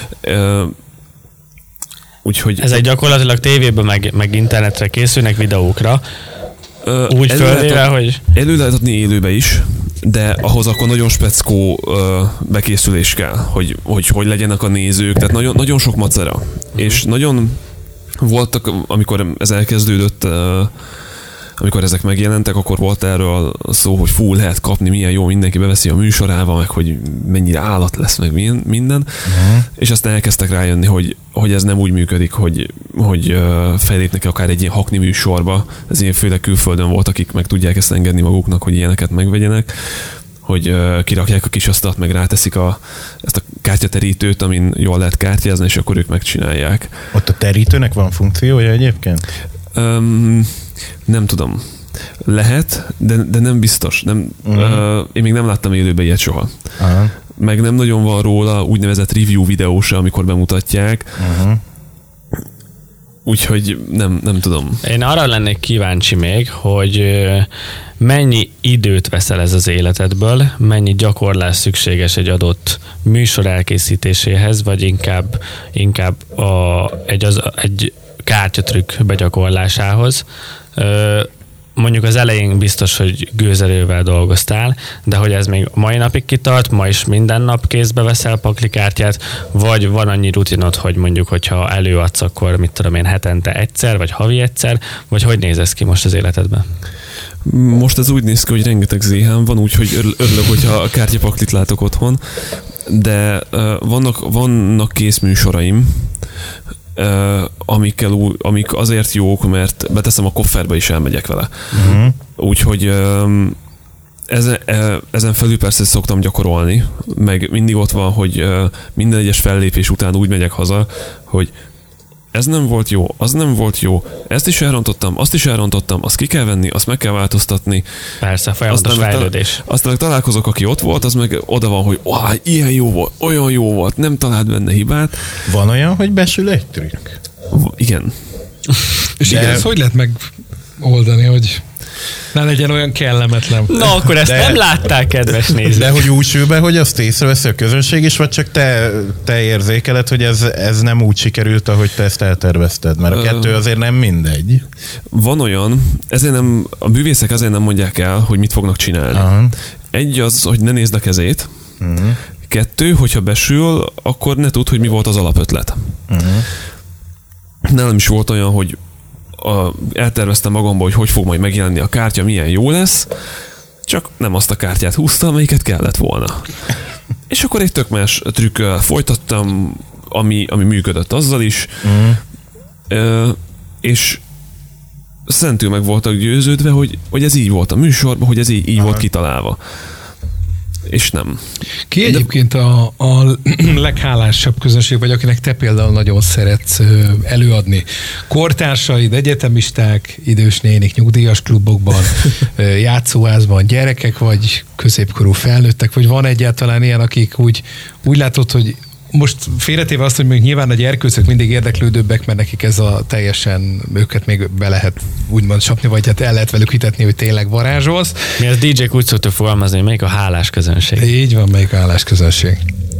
Úgyhogy... Ez egy gyakorlatilag tévében meg internetre készülnek videókra, úgy fölvéve, hogy... Elő lehet adni élőbe is, de ahhoz akkor nagyon speckó bekészülés kell, hogy legyenek a nézők, tehát nagyon, nagyon sok macera. És nagyon voltak, amikor ez elkezdődött, amikor ezek megjelentek, akkor volt erről szó, hogy fú, lehet kapni, milyen jó, mindenki beveszi a műsorába, meg hogy mennyire állat lesz, meg minden. És aztán elkezdtek rájönni, hogy ez nem úgy működik, hogy fellépnek akár egy ilyen hakni műsorba. Ez ilyen főleg külföldön volt, akik meg tudják ezt engedni maguknak, hogy ilyeneket megvegyenek, hogy kirakják a kis asztalt, meg ráteszik ezt a kártyaterítőt, amin jól lehet kártyázni, és akkor ők megcsinálják. Ott a terítőnek van funkciója egyébként? Nem tudom. Lehet, de nem biztos. Nem, én még nem láttam élőben ilyet soha. Aha. Meg nem nagyon van róla úgynevezett review videó se, amikor bemutatják. Úgyhogy nem tudom. Én arra lennék kíváncsi még, hogy mennyi időt veszel ez az életedből, mennyi gyakorlás szükséges egy adott műsor elkészítéséhez, vagy inkább egy kártyatrükk begyakorlásához. Mondjuk az elején biztos, hogy gőzerővel dolgoztál, de hogy ez még mai napig kitart, ma is minden nap kézbe veszel paklikártyát, vagy van annyi rutinod, hogy mondjuk, hogyha előadsz, akkor mit tudom én, hetente egyszer, vagy havi egyszer, vagy hogy néz ez ki most az életedben? Most ez úgy néz ki, hogy rengeteg zéhám van, úgyhogy örülök, hogyha a kártyapaklit látok otthon, de vannak készműsoraim, amik azért jók, mert beteszem a kofferbe és elmegyek vele. Úgyhogy ezen felül persze szoktam gyakorolni, meg mindig ott van, hogy minden egyes fellépés után úgy megyek haza, hogy ez nem volt jó, az nem volt jó, ezt is elrontottam, azt is elrontottam, azt ki kell venni, azt meg kell változtatni. Persze, folyamatos fejlődés. Aztán meg találkozok, aki ott volt, az meg oda van, hogy ilyen jó volt, olyan jó volt, nem talált benne hibát. Van olyan, hogy besül egy trükk? Igen. És igen, ezt hogy lehet megoldani, hogy ne legyen olyan kellemetlen? Na, akkor ezt nem látták, kedves nézők. De hogy úgy sül be, hogy azt észreveszi a közönség is, vagy csak te érzékeled, hogy ez nem úgy sikerült, ahogy te ezt eltervezted? Mert a kettő azért nem mindegy. Van olyan, a művészek azért nem mondják el, hogy mit fognak csinálni. Aha. Egy az, hogy ne nézd a kezét. Kettő, hogyha besül, akkor ne tudd, hogy mi volt az alapötlet. Nálam is volt olyan, hogy elterveztem magamba, hogy fog majd megjelenni a kártya, milyen jó lesz, csak nem azt a kártyát húztam, amelyiket kellett volna. És akkor egy tök más trükköl folytattam, ami működött azzal is, és szentül meg voltak győződve, hogy ez így volt a műsorban, hogy ez így volt kitalálva. És nem. Ki egyébként a leghálásabb közönség, vagy akinek te például nagyon szeretsz előadni? Kortársaid, egyetemisták, idős nénik, nyugdíjas klubokban, játszóházban, gyerekek, vagy középkorú felnőttek, vagy van egyáltalán ilyen, akik úgy látod, hogy most félretéve azt, hogy még nyilván a gyerkőcök mindig érdeklődőbbek, mert nekik ez a teljesen, őket még be lehet úgymond csapni, vagy hát el lehet velük hitetni, hogy tényleg varázsolsz. Mi az DJ-k úgy szoktuk fogalmazni, hogy melyik a hálás közönség. Így van, melyik a hálás közönség.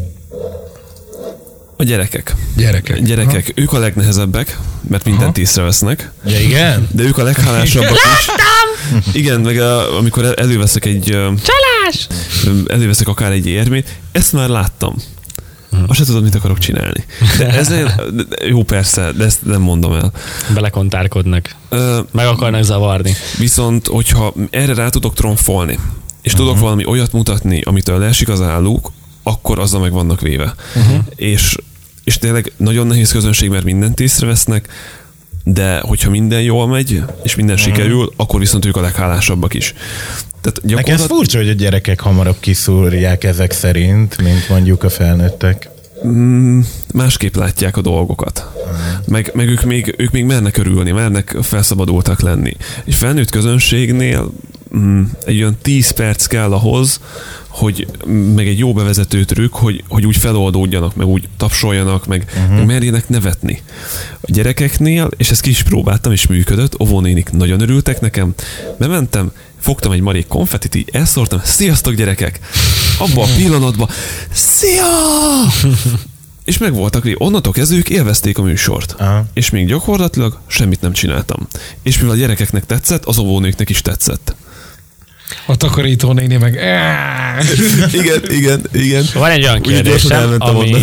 A gyerekek. Gyerekek. Ők a legnehezebbek, mert mindent észrevesznek. Ja, igen? De ők a leghálásabbak is. Igen, meg amikor előveszek egy... Csalás! Előveszek akár egy érmét, ezt már láttam. Azt se tudod, mit akarok csinálni. De jó persze, de ezt nem mondom el. Belekontárkodnak. Meg akarnak zavarni. Viszont, hogyha erre rá tudok tromfolni, és tudok valami olyat mutatni, amitől leesik az álluk, akkor azzal meg vannak véve. És tényleg nagyon nehéz közönség, mert mindent észrevesznek, de hogyha minden jól megy, és minden sikerül, akkor viszont ők a leghálásabbak is. Nekem ez furcsa, hogy a gyerekek hamarabb kiszúrják ezek szerint, mint mondjuk a felnőttek. Másképp látják a dolgokat. Meg ők még mernek örülni, mernek felszabadultak lenni. Egy felnőtt közönségnél egy olyan 10 perc kell ahhoz, hogy meg egy jó bevezető trükk, hogy úgy feloldódjanak, meg úgy tapsoljanak, meg merjenek nevetni. A gyerekeknél, és ezt ki is próbáltam, és működött, óvónénik nagyon örültek nekem, bementem, fogtam egy marék konfettit, így elszórtam, sziasztok gyerekek! abban a pillanatban, szia! És megvoltak, onnantól kezdve ők élvezték a műsort. Aha. És még gyakorlatilag semmit nem csináltam. És mivel a gyerekeknek tetszett, az óvónőknek is tetszett. A takarító néni meg... Igen. Van egy olyan kérdésem,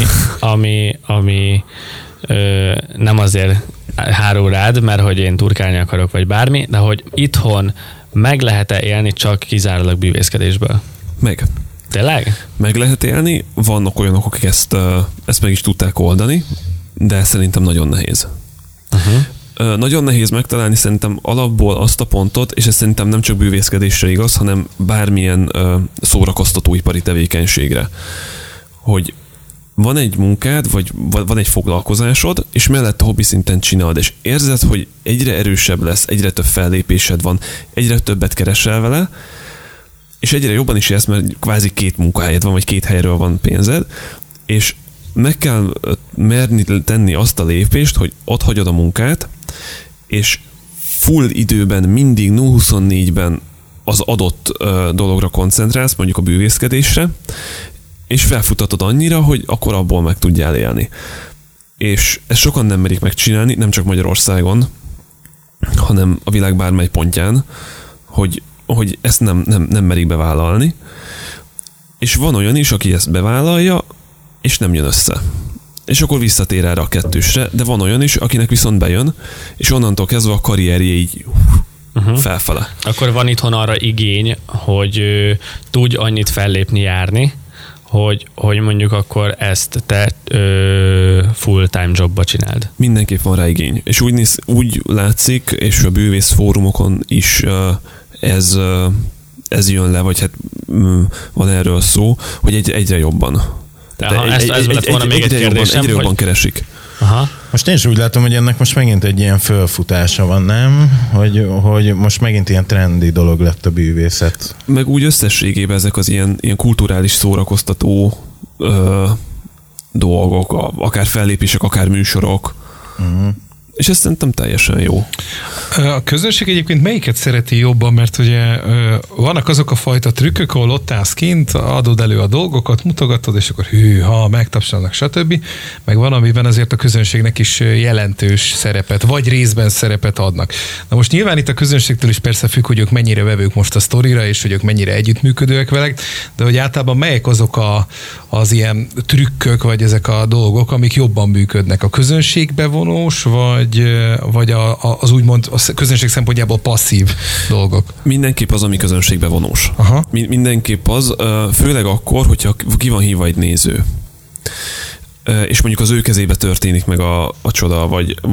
ami nem azért hárul rád, mert hogy én turkálni akarok, vagy bármi, de hogy itthon meg lehet-e élni csak kizárólag bűvészkedésből? Meg. Tényleg? Meg lehet élni, vannak olyanok, akik ezt meg is tudták oldani, de szerintem nagyon nehéz. Nagyon nehéz megtalálni szerintem alapból azt a pontot, és ez szerintem nem csak bűvészkedésre igaz, hanem bármilyen szórakoztatóipari tevékenységre, hogy van egy munkád, vagy van egy foglalkozásod, és mellette hobbi szinten csinálod, és érzed, hogy egyre erősebb lesz, egyre több fellépésed van, egyre többet keresel vele, és egyre jobban is érsz, mert kvázi 2 munkahelyed van, vagy 2 helyről van pénzed, és meg kell merni tenni azt a lépést, hogy ott hagyod a munkát, és full időben, mindig 0-24-ben az adott dologra koncentrálsz, mondjuk a bűvészkedésre, és felfutatod annyira, hogy akkor abból meg tudjál élni. És ezt sokan nem merik megcsinálni, nem csak Magyarországon, hanem a világ bármely pontján, hogy ezt nem merik bevállalni. És van olyan is, aki ezt bevállalja, és nem jön össze. És akkor visszatér erre a 2-sre, de van olyan is, akinek viszont bejön, és onnantól kezdve a karrierje így felfele. Akkor van itthon arra igény, hogy tudj annyit fellépni, járni, hogy mondjuk akkor ezt te full-time jobba csináld. Mindenképp van rá igény. És úgy látszik, és a bűvész fórumokon is ez jön le, vagy hát van erről szó, hogy egyre jobban. Ez lett volna még egy kérdésem. Egyre jobban keresik. Aha. Most én is úgy látom, hogy ennek most megint egy ilyen fölfutása van, nem? Hogy most megint ilyen trendi dolog lett a bűvészet. Meg úgy összességében ezek az ilyen kulturális szórakoztató dolgok, akár fellépések, akár műsorok. És ez szerintem teljesen jó. A közönség egyébként melyiket szereti jobban, mert ugye vannak azok a fajta trükkök, ahol ott állsz kint, adod elő a dolgokat, mutogatod, és akkor hűha, megtapsolnak, stb. Meg van, amiben azért a közönségnek is jelentős szerepet, vagy részben szerepet adnak. Na most nyilván itt a közönségtől is persze függ, hogy ők mennyire vevők most a sztorira, és hogy ők mennyire együttműködőek velek, de hogy általában melyek azok az ilyen trükkök, vagy ezek a dolgok, amik jobban működnek? A közönségbevonós, vagy az úgymond a közönség szempontjából passzív dolgok? Mindenképp az, ami közönségbevonós. Aha. Mindenképp az, főleg akkor, hogyha ki van hívva egy néző. És mondjuk az ő kezébe történik meg a csoda,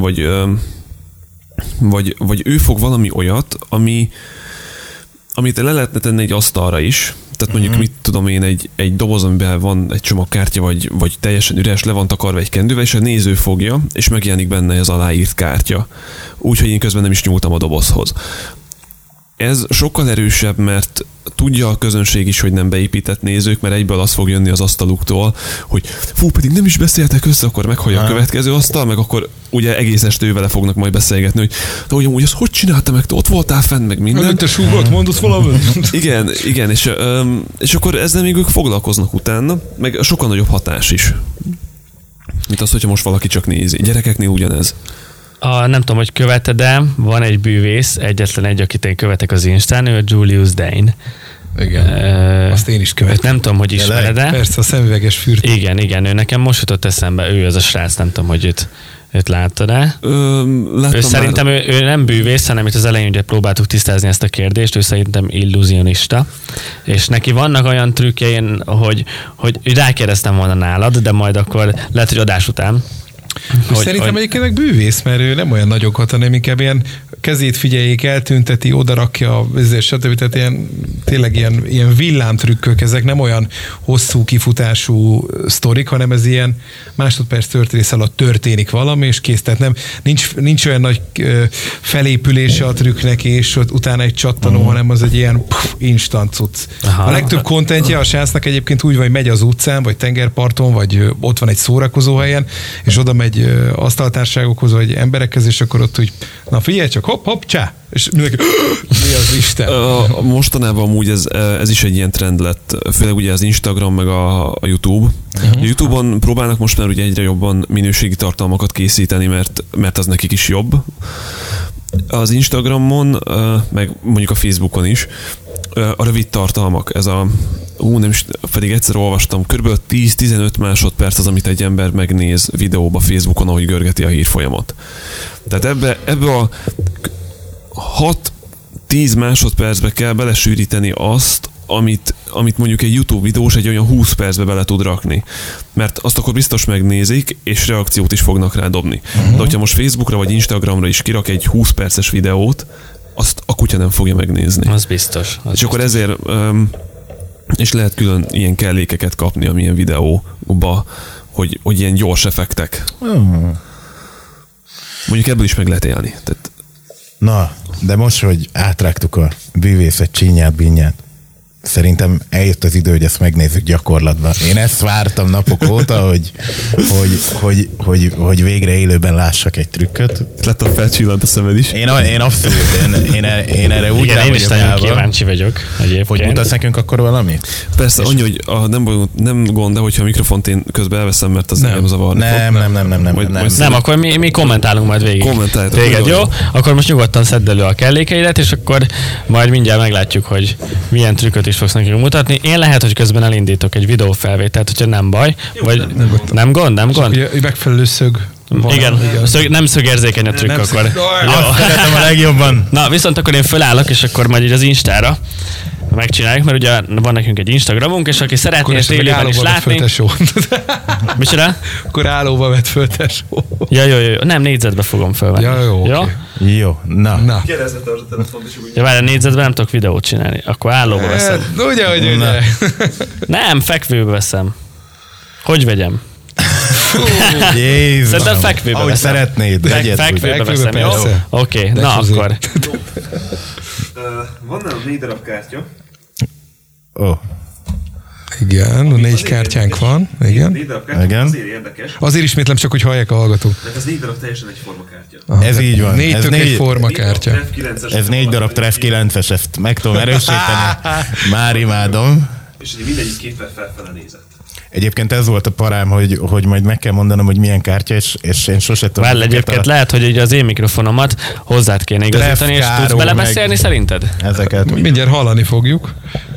vagy ő fog valami olyat, amit le lehetne tenni egy asztalra is. Tehát mondjuk mit tudom én, egy doboz, amiben van egy csomag kártya, vagy teljesen üres, le van takarva egy kendővel, és a néző fogja, és megjelenik benne az aláírt kártya. Úgyhogy én közben nem is nyúltam a dobozhoz. Ez sokkal erősebb, mert tudja a közönség is, hogy nem beépített nézők, mert egyből az fog jönni az asztaluktól, hogy fú, pedig nem is beszéltek össze, akkor meghallja a következő asztal, meg akkor ugye egész este ő vele fognak majd beszélgetni, hogy de ugyanúgy azt hogy csinálta meg, te ott voltál fenn, meg minden. Te súgott, mondasz valamit? Igen, és akkor ezzel még ők foglalkoznak utána, meg sokkal nagyobb hatás is. Mint az, hogyha most valaki csak nézi. Gyerekeknél ugyanez. Nem tudom, hogy követed, de van egy bűvész, egyetlen egy, akit én követek az Instán, ő Julius Dane. Igen. Azt én is követem. Nem tudom, hogy ismered-e. Persze, a szemüveges fürt. Igen, ő nekem most jutott eszembe, ő az a srác, nem tudom, hogy őt láttad-e? Láttam szerintem ő nem bűvész, hanem itt az elején ugye próbáltuk tisztázni ezt a kérdést, ő szerintem illúzionista, és neki vannak olyan trükkjein, hogy rákérdeztem volna nálad, de majd akkor lehet, hogy adás után. Szerintem egyébként bűvész, mert ő nem olyan nagyokat, hanem inkább ilyen kezét figyeljék, eltünteti, odarakja, stb. Tehát tényleg ilyen villámtrükkök, ezek nem olyan hosszú kifutású sztorik, hanem ez ilyen másodperc történész alatt történik valami, és kész. Tehát nincs olyan nagy felépülése a trükknek, és utána egy csattanó, hanem az egy ilyen instant cucc. A legtöbb kontentje a srácnak egyébként úgy van, hogy megy az utcán, vagy tengerparton, vagy ott van egy szórakozóhelyen, és oda megy asztaltárságokhoz, vagy emberekhez, és akkor ott úgy, na figyelj csak, hopp, csá! És mindenki, mi az Isten? Mostanában amúgy ez is egy ilyen trend lett, főleg ugye az Instagram meg a YouTube. A YouTube-on próbálnak most már ugye egyre jobban minőségi tartalmakat készíteni, mert az nekik is jobb. Az Instagramon, meg mondjuk a Facebookon is, a rövid tartalmak, ez nem is, pedig egyszer olvastam, kb. 10-15 másodperc az, amit egy ember megnéz videóba Facebookon, ahogy görgeti a hírfolyamat. Tehát ebbe a 6-10 másodpercbe kell belesűríteni azt, amit mondjuk egy YouTube videós egy olyan 20 percbe bele tud rakni. Mert azt akkor biztos megnézik, és reakciót is fognak rá dobni. De hogyha most Facebookra vagy Instagramra is kirak egy 20 perces videót, azt a kutya nem fogja megnézni. Az biztos. És akkor ezért és lehet külön ilyen kellékeket kapni, amilyen videóba, hogy ilyen gyors effektek. Mondjuk ebből is meg lehet élni. Tehát... Na, de most, hogy átrágtuk a bűvészet csínyát, bínyát, szerintem eljött az idő, hogy ezt megnézzük gyakorlatban. Én ezt vártam napok óta, hogy végre élőben lássak egy trükköt. Lett a felcsillant a szemed is. Én abszolút, én erre úgy én is nagyon kíváncsi vagyok egyébként. Hogy mutatsz nekünk akkor valamit? Persze, annyi, hogy nem gond, de hogyha a mikrofont én közben elveszem, mert az nem zavarni fog. Nem, akkor mi kommentálunk majd végig. Kommentáljátok. Téged, jó? Akkor most nyugodtan szedd elő a kellékeidet, és akkor majd mindjárt meglátjuk, hogy milyen trükköt is fogsz nekünk mutatni. Én lehet, hogy közben elindítok egy videófelvételt, hogyha nem baj. Vagy nem gond? Megfelelő szög. Igen, nem szögérzékeny a trükk akkor. Azt szeretem a legjobban. Na, viszont akkor én fölállok, és akkor majd így az Instára megcsináljuk, mert ugye van nekünk egy Instagramunk, és aki szeretné ezt élőben is látni... Micsoda? Akkor állóba vett föl, tesó. Jó. Nem, négyzetbe fogom fölvenni. Jó. Jó, na. Kérdezzetek a telefont is úgy. Ja, várj, négyzetben nem tudok videót csinálni. Akkor állóba veszem. Ugye. Nem, fekvőbe veszem. Hogy vegyem? Jézus. Szerintem fekvőbe ahogy veszem. Szeretnéd. Fekvőbe veszem, jó? Oké, na akkor. Van nálam 4 darab kártya. Igen, 4 kártyánk van. Igen. 4 darab kártya, azért érdekes. Azért ismétlem csak, hogy hallják a hallgatók. Mert ez 4 darab teljesen egyforma kártya. Ez így van. 4 tök egyforma kártya. Ez 4 darab Treff 9-es, ezt meg tudom erősíteni. Már imádom. És mindegyik képpel felfele nézett. Egyébként ez volt a parám, hogy majd meg kell mondanom, hogy milyen kártya, és én sose tudom. Várj, egyébként lehet, hogy az én mikrofonomat hozzád kéne igazítani, és tudsz belebeszélni szerinted? Ezeket. Mindjárt hallani fogjuk.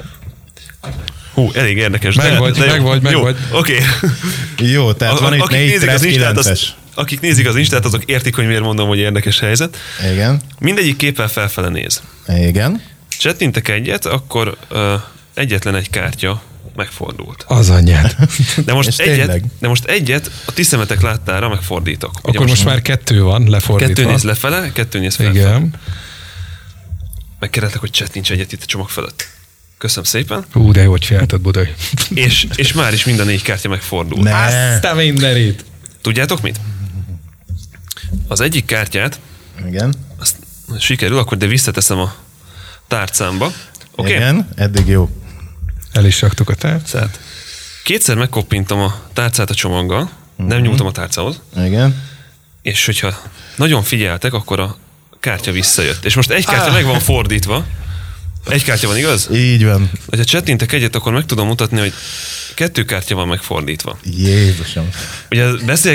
Elég érdekes. Megvagy. Oké. Jó, tehát van itt 4 Treff 9-es. Akik nézik az Instát, azok értik, hogy miért mondom, hogy érdekes helyzet. Igen. Mindegyik képpel felfele néz. Igen. Csettintek egyet, akkor egyetlen egy kártya megfordult. Az anyád. De most egyet a ti szemetek láttára megfordítok. Akkor most már 2 van lefordítva. 2 néz lefele, 2 néz felfele. Igen. Megkérlek, hogy csettints egyet itt a csomag fölött. Köszönöm szépen. De jó, hogy csináltad, Budai. és már is mind a 4 kártya megfordult. Azt a mindenit. Tudjátok mit? Az egyik kártyát, igen, azt sikerül, akkor de visszateszem a tárcámba. Okay? Igen, eddig jó. El is raktuk a tárcát. 2-szer megkoppintom a tárcát a csomaggal, nem nyúltam a tárcához. Igen. És hogyha nagyon figyeltek, akkor a kártya visszajött. És most egy kártya meg van fordítva. Egy kártya van, igaz? Így van. Ha csettintek egyet, akkor meg tudom mutatni, hogy 2 kártya van megfordítva. Jézusom. Ugye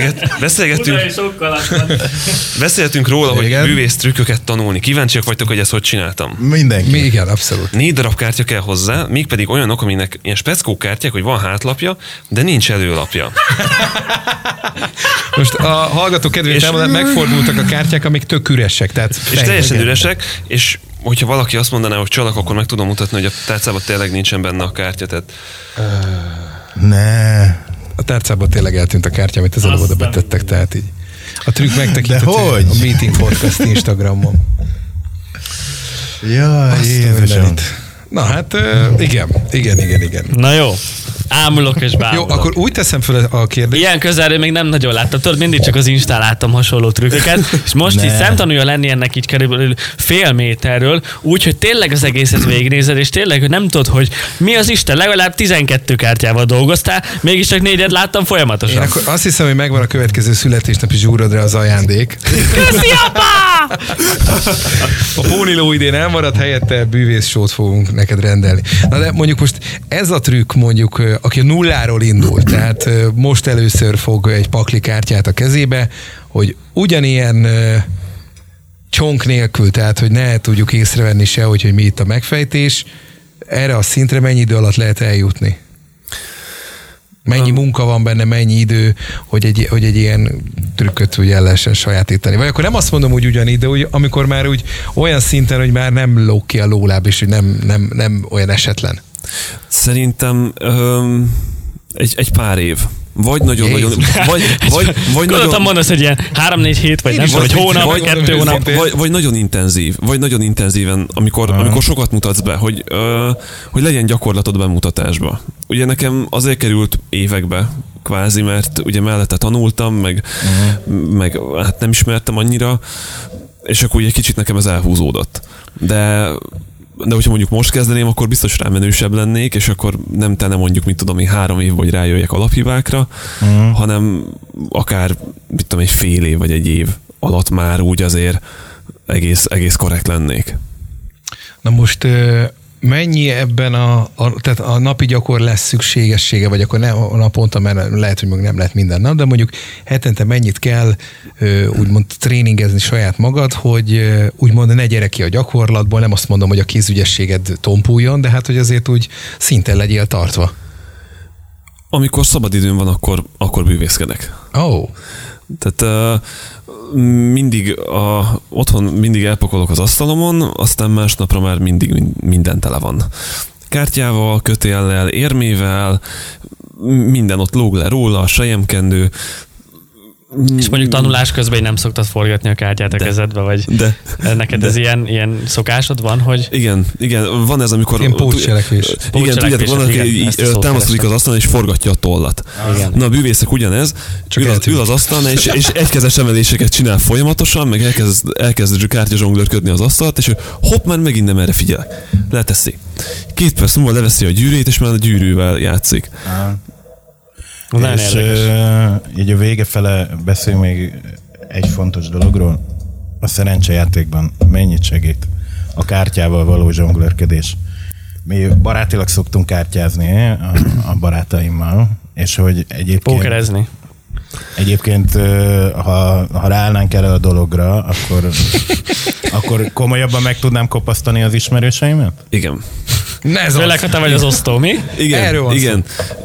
beszéltünk róla, hogy bűvész trükköket tanulni. Kíváncsiak vagytok, hogy ezt hogy csináltam? Mindenki. Igen, abszolút. 4 darab kártya kell hozzá, mégpedig olyanok, aminek ilyen speckó kártyák, hogy van hátlapja, de nincs előlapja. Most a hallgató kedvéért megfordultak a kártyák, amik tök üresek. És teljesen üresek, és hogyha valaki azt mondaná, hogy csalak, akkor meg tudom mutatni, hogy a tárcában tényleg nincsen benne a kártya. Tehát... Ne. A tárcában tényleg eltűnt a kártya, amit az előbb oda betettek, tehát így. A trükk megtekinthető a Meeting Podcast Instagramon. Jaj, Jézusom. Na hát, igen. Na jó. Ámulok és bámulok. Jó, akkor úgy teszem fel a kérdést. Ilyen közelről még nem nagyon láttam. Tudod, mindig csak az Instán láttam hasonló trükköket, és most így szemtanúja lenni ennek így körülbelül fél méterről, úgyhogy tényleg az egészet végignézed, és tényleg hogy nem tudod, hogy mi az Isten, legalább 12 kártyával dolgoztál, mégis csak 4-et láttam folyamatosan. Én akkor azt hiszem, hogy megvan a következő születésnapi zsúrodra az ajándék. Köszi, apá! A póniló idén elmaradt, helyette bűvészsót fogunk neked rendelni. Na de mondjuk most ez a trükk mondjuk, aki a nulláról indul, tehát most először fog egy pakli kártyát a kezébe, hogy ugyanilyen csonk nélkül, tehát hogy ne tudjuk észrevenni se, hogy mi itt a megfejtés, erre a szintre mennyi idő alatt lehet eljutni? Mennyi munka van benne, mennyi idő, hogy egy ilyen trükköt úgy el lehessen sajátítani. Vagy akkor nem azt mondom, hogy ugyanígy, de úgy, amikor már úgy olyan szinten, hogy már nem lóg ki a lóláb, és hogy nem olyan esetlen. Szerintem egy pár év. Vagy nagyon-nagyon... Vagy nagyon... mondasz, hogy ilyen 3-4 hét, vagy nem, vagy hónap, vagy 2 hónap. Vagy nagyon intenzív, vagy nagyon intenzíven, amikor sokat mutatsz be, hogy legyen gyakorlatod bemutatásba. Ugye nekem azért került évekbe kvázi, mert ugye mellette tanultam, meg hát nem ismertem annyira, és akkor ugye kicsit nekem ez elhúzódott. De hogyha mondjuk most kezdeném, akkor biztos rámenősebb lennék, és akkor nem mondjuk, mit tudom én, 3 év, vagy rájöjjek alaphibákra, hanem akár, mit tudom, egy fél év, vagy egy év alatt már úgy azért egész korrekt lennék. Na most mennyi ebben tehát a napi gyakorlás szükségessége, vagy akkor nem naponta, mert lehet, hogy nem lehet minden nap, de mondjuk hetente mennyit kell úgymond tréningezni saját magad, hogy úgymond ne gyere ki a gyakorlatból, nem azt mondom, hogy a kézügyességed tompuljon, de hát, hogy azért úgy szinten legyél tartva. Amikor szabadidőm van, akkor bűvészkedek. Oh. Tehát otthon mindig elpakolok az asztalomon, aztán másnapra már mindig minden tele van. Kártyával, kötéllel, érmével, minden ott lóg le róla, a selyemkendő. És mondjuk tanulás közben nem szoktad forgatni a kártyát a kezedbe, vagy neked ez ilyen szokásod van, hogy... Igen, van ez, amikor... Ilyen pótcselekvés. Igen, tudjátok, van, aki támaszkodik az asztalon, és forgatja a tollat. Igen. Na, a bűvészek ugyanez, ül az asztalon, és egykezes emeléseket csinál folyamatosan, meg elkezd kártyazsonglőrködni az asztalt, és hopp, már megint nem erre figyelek. Leteszi. 2 perc múlva leveszi a gyűrűt, és már a gyűrűvel játszik. És így a vége fele beszél még egy fontos dologról. A szerencsejátékban mennyit segít a kártyával való zsonglőrködés. Mi barátilag szoktunk kártyázni a barátaimmal, és hogy egyébként... Pókerezni. Egyébként, ha ráállnánk erre a dologra, akkor komolyabban meg tudnám kopasztani az ismerőseimet? Igen. Főleg, ha te vagy az osztó, mi? Igen.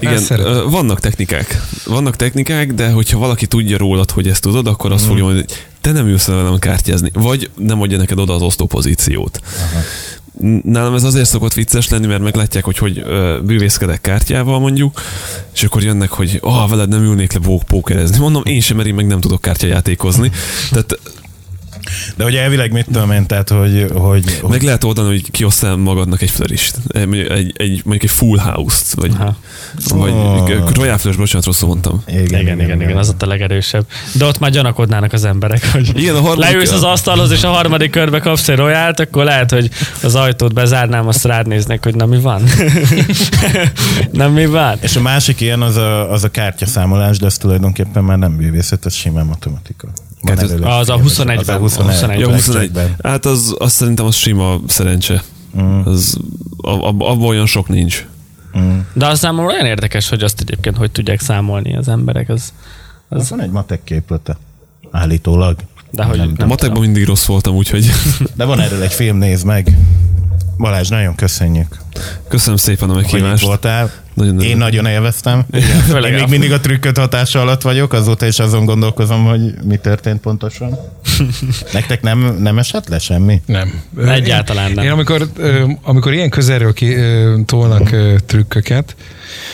Vannak technikák, de hogyha valaki tudja rólad, hogy ezt tudod, akkor azt fogja mondani, hogy te nem ülsz velem kártyázni, vagy nem adja neked oda az osztó pozíciót. Aha. Nálam ez azért szokott vicces lenni, mert meglátják, hogy bűvészkedek kártyával mondjuk, és akkor jönnek, hogy veled nem ülnék le pókerezni. Mondom, én sem, mert én meg nem tudok kártyajátékozni. Tehát de hogy elvileg mit tudom én, tehát hogy... Meg lehet oldani, hogy kiosztál magadnak egy flörist, mondjuk egy full house-t, vagy Royal Flush, bocsánat, rosszul mondtam. Igen, az ott a legerősebb. De ott már gyanakodnának az emberek, hogy leülsz az asztalhoz, és a harmadik körbe kapsz egy Royalt, akkor lehet, hogy az ajtót bezárnám, azt rád néznek, hogy na mi van? Nem mi van? És a másik ilyen az a kártyaszámolás, de ez tulajdonképpen már nem bűvészet, ez simán matematika. Az a 21-ben. 21-ben. Hát az szerintem az sima szerencse. Abban olyan sok nincs. De az számomra olyan érdekes, hogy azt egyébként hogy tudják számolni az emberek. Az van egy matek képlete. Állítólag. De hogy a matekban mindig rossz voltam, úgyhogy... De van erről egy film, nézd meg. Balázs, nagyon köszönjük. Köszönöm szépen a meghívást. Én nagyon élveztem. Igen, én még mindig a trükköt hatása alatt vagyok, azóta is azon gondolkozom, hogy mi történt pontosan. Nektek nem esett le semmi? Nem. Egyáltalán nem. Én amikor ilyen közelről tolnak trükköket,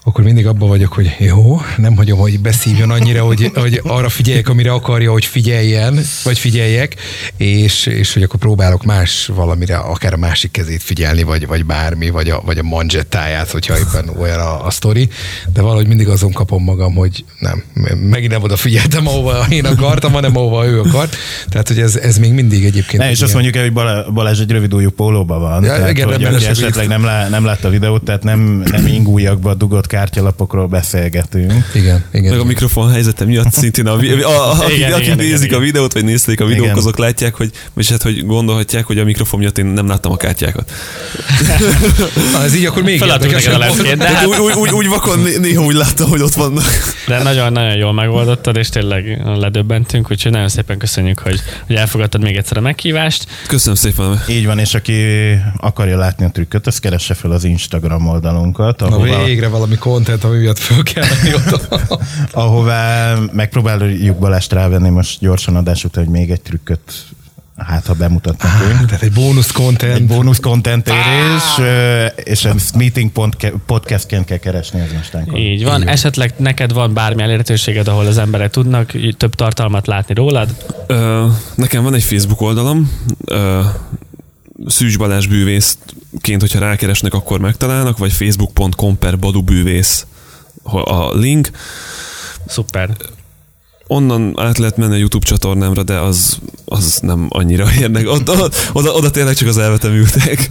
akkor mindig abban vagyok, hogy jó, nem hagyom, hogy beszívjon annyira, hogy arra figyeljek, amire akarja, hogy figyeljen, vagy figyeljek, és hogy akkor próbálok más valamire, akár a másik kezét figyelni, vagy bármi, vagy a manzsettáját, hogyha éppen olyan a sztori, de valahogy mindig azon kapom magam, hogy nem, megint nem oda figyeltem, ahova én akartam, hanem ahova ő akart. Tehát, hogy ez még mindig egyébként. Ne, és azt mondjuk el, hogy Balázs egy rövidújú pólóban van. Ja, tehát, igen, hogy esetleg nem látta a videót, tehát nem ingújakba dugott kártyalapokról beszélgetünk. Igen. Meg a mikrofon helyzetem miatt szintén akik nézik a videót, vagy nézték a videók, azok látják, hogy gondolhatják, hogy a mikrofon miatt én nem láttam a kártyákat. Ez így akkor még úgy vakon néha úgy láttam, hogy ott vannak. De nagyon-nagyon jól megoldottad, és tényleg ledöbbentünk, úgyhogy nagyon szépen köszönjük, hogy elfogadtad még egyszer a meghívást. Köszönöm szépen. Így van, és aki akarja látni a trükköt, az keresse fel az Instagram oldalunkat. Végre valami content, ami miatt föl kell menni oda. Ahová megpróbáljuk Balást rávenni most gyorsan adás után, hogy még egy trükköt ha bemutat nekünk. Tehát egy bónusz content. Egy bónusz content érés, és a meeting podcastként kell keresni az Instánkon. Így van. Így esetleg neked van bármi elérhetőséged, ahol az emberek tudnak több tartalmat látni rólad? Nekem van egy Facebook oldalam, Szűcs Balázs bűvészként, hogyha rákeresnek, akkor megtalálnak, vagy facebook.com/badubűvész a link. Szuper. Onnan át lehet menni a YouTube csatornámra, de az nem annyira érnek. Oda tényleg csak az elvetemültek.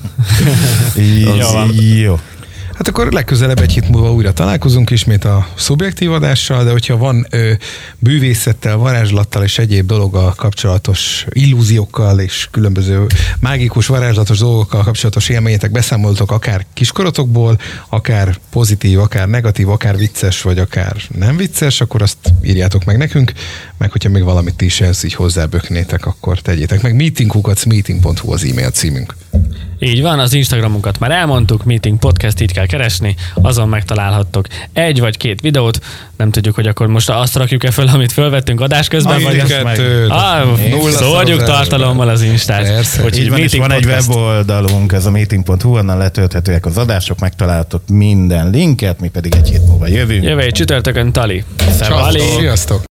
Jó. Hát akkor legközelebb egy hét múlva újra találkozunk ismét a szubjektív adással, de hogyha van bűvészettel, varázslattal és egyéb dologgal kapcsolatos illúziókkal és különböző mágikus, varázslatos dolgokkal kapcsolatos élményetek, beszámoltok akár kiskorotokból, akár pozitív, akár negatív, akár vicces, vagy akár nem vicces, akkor azt írjátok meg nekünk, meg hogyha még valamit is ehhez így hozzáböknétek, akkor tegyétek meg. meeting@meeting.hu az e-mail címünk. Így van, az Instagramunkat már elmondtuk, Meeting Podcast, így kell keresni, azon megtalálhattok egy vagy két videót, nem tudjuk, hogy akkor most azt rakjuk-e föl, amit fölvettünk adás közben, vagy szóljunk tartalommal az Instát. Így van, és van egy weboldalunk, ez a meeting.hu, onnan letölthetőek az adások, megtaláltok minden linket, mi pedig egy hét múlva jövünk. Jövő csütörtökön, Tali. Sziasztok!